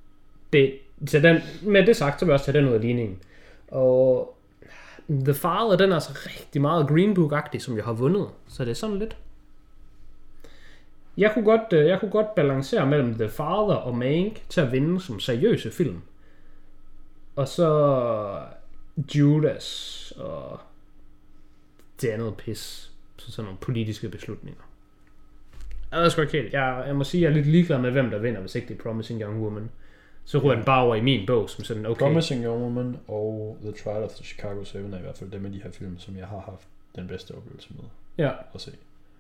Med det sagt, så vil jeg også tage den ud af ligningen. Og The Father, den er altså rigtig meget Green Book-agtig, som jeg har vundet. Så det er sådan lidt... Jeg kunne godt balancere mellem The Father og Mank til at vinde som seriøse film. Og så Judas og det andet pis. Så sådan nogle politiske beslutninger. Jeg sgu ikke helt. Jeg må sige, jeg er lidt ligeglad med, hvem der vinder, hvis ikke det er Promising Young Woman. Så ryger den bare over i min bog, som sådan, okay. Promising Young Woman og The Trial of the Chicago 7 er i hvert fald dem af de her film, som jeg har haft den bedste oplevelse med at se.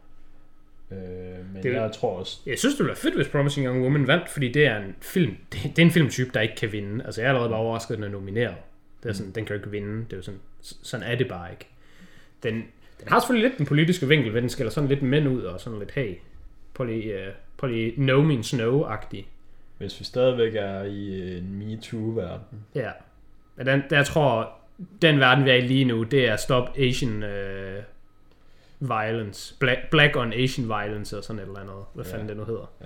Men jeg tror også... Jeg synes, det ville være fedt, hvis Promising Young Woman vandt, fordi det er en film, det er en filmtype, der ikke kan vinde. Altså, jeg er allerede bare overrasket, at den er nomineret. Det er sådan, den kan jo ikke vinde. Det er jo sådan er det bare ikke. Den har selvfølgelig lidt den politiske vinkel, ved den skiller sådan lidt mænd ud, og sådan lidt, hey, på lige know means no-agtig. Hvis vi stadigvæk er i en MeToo-verden. Ja. Men jeg tror, den verden, vi er i lige nu, det er Stop Asian Violence. Black on Asian Violence, og sådan et eller andet. Hvad fanden det nu hedder. Ja.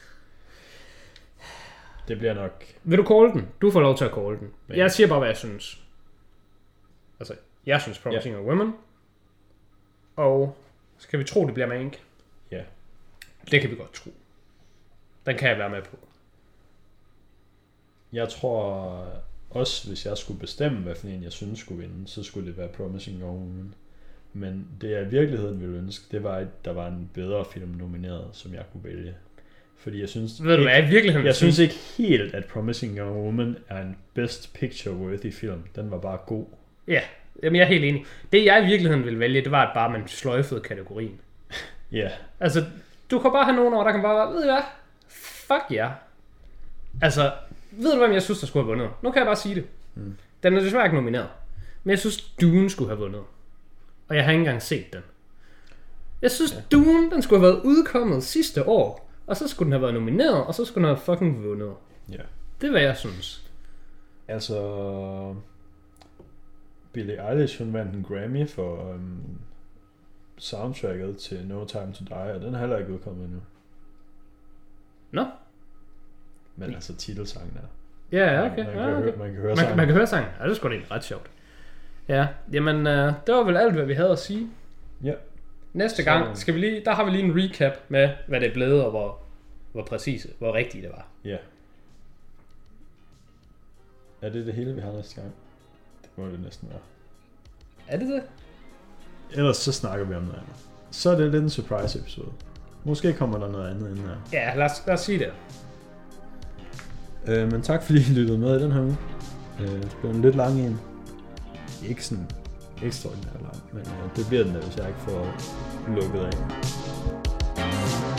Det bliver nok... Vil du call den? Du får lov til at call den. Men... Jeg siger bare, hvad jeg synes. Altså, jeg synes Promising Young Women. Og skal vi tro, det bliver Mank? Ja. Det kan vi godt tro. Den kan jeg være med på. Jeg tror også, hvis jeg skulle bestemme, hvad for en jeg synes skulle vinde, så skulle det være Promising Young Woman. Men det jeg i virkeligheden ville ønske, det var, at der var en bedre film nomineret, som jeg kunne vælge. Fordi jeg synes, Ved du hvad, i virkeligheden... Jeg synes ikke helt, at Promising Young Woman er en best picture-worthy film. Den var bare god. Ja, jamen jeg er helt enig. Det jeg i virkeligheden ville vælge, det var, at bare man sløjfede kategorien. Ja. Yeah. Altså, du kan bare have nogen over, der kan bare, ved du hvad? Fuck ja. Yeah. Altså, ved du hvem jeg synes, der skulle have vundet? Nu kan jeg bare sige det. Den er desværre ikke nomineret. Men jeg synes, Dune skulle have vundet. Og jeg har ikke engang set den. Jeg synes, Dune, den skulle have været udkommet sidste år. Og så skulle den have været nomineret, og så skulle den have fucking vundet. Ja. Det er, hvad jeg synes. Altså, Billie Eilish, hun vandt en Grammy for soundtracket til No Time to Die, og den er heller ikke udkommet endnu. Nå? Men altså, titelsangen er. Ja, okay. Man kan høre sangen. Man kan høre sangen. Ja, det er sgu da ret sjovt. Ja, jamen, det var vel alt, hvad vi havde at sige. Ja. Næste gang skal vi lige, der har vi lige en recap med, hvad det er blevet, og hvor præcis, hvor rigtigt det var. Ja. Er det hele, vi har næste gang? Det må det næsten være. Er det det? Ellers så snakker vi om noget andet. Så er det lidt en surprise episode. Måske kommer der noget andet ind her. Ja, lad os sige det. Men tak fordi I lyttede med i den her uge. Det blev en lidt lang en. Ikke sådan ekstraordinært lang, men det bliver den, hvis jeg ikke får lukket af.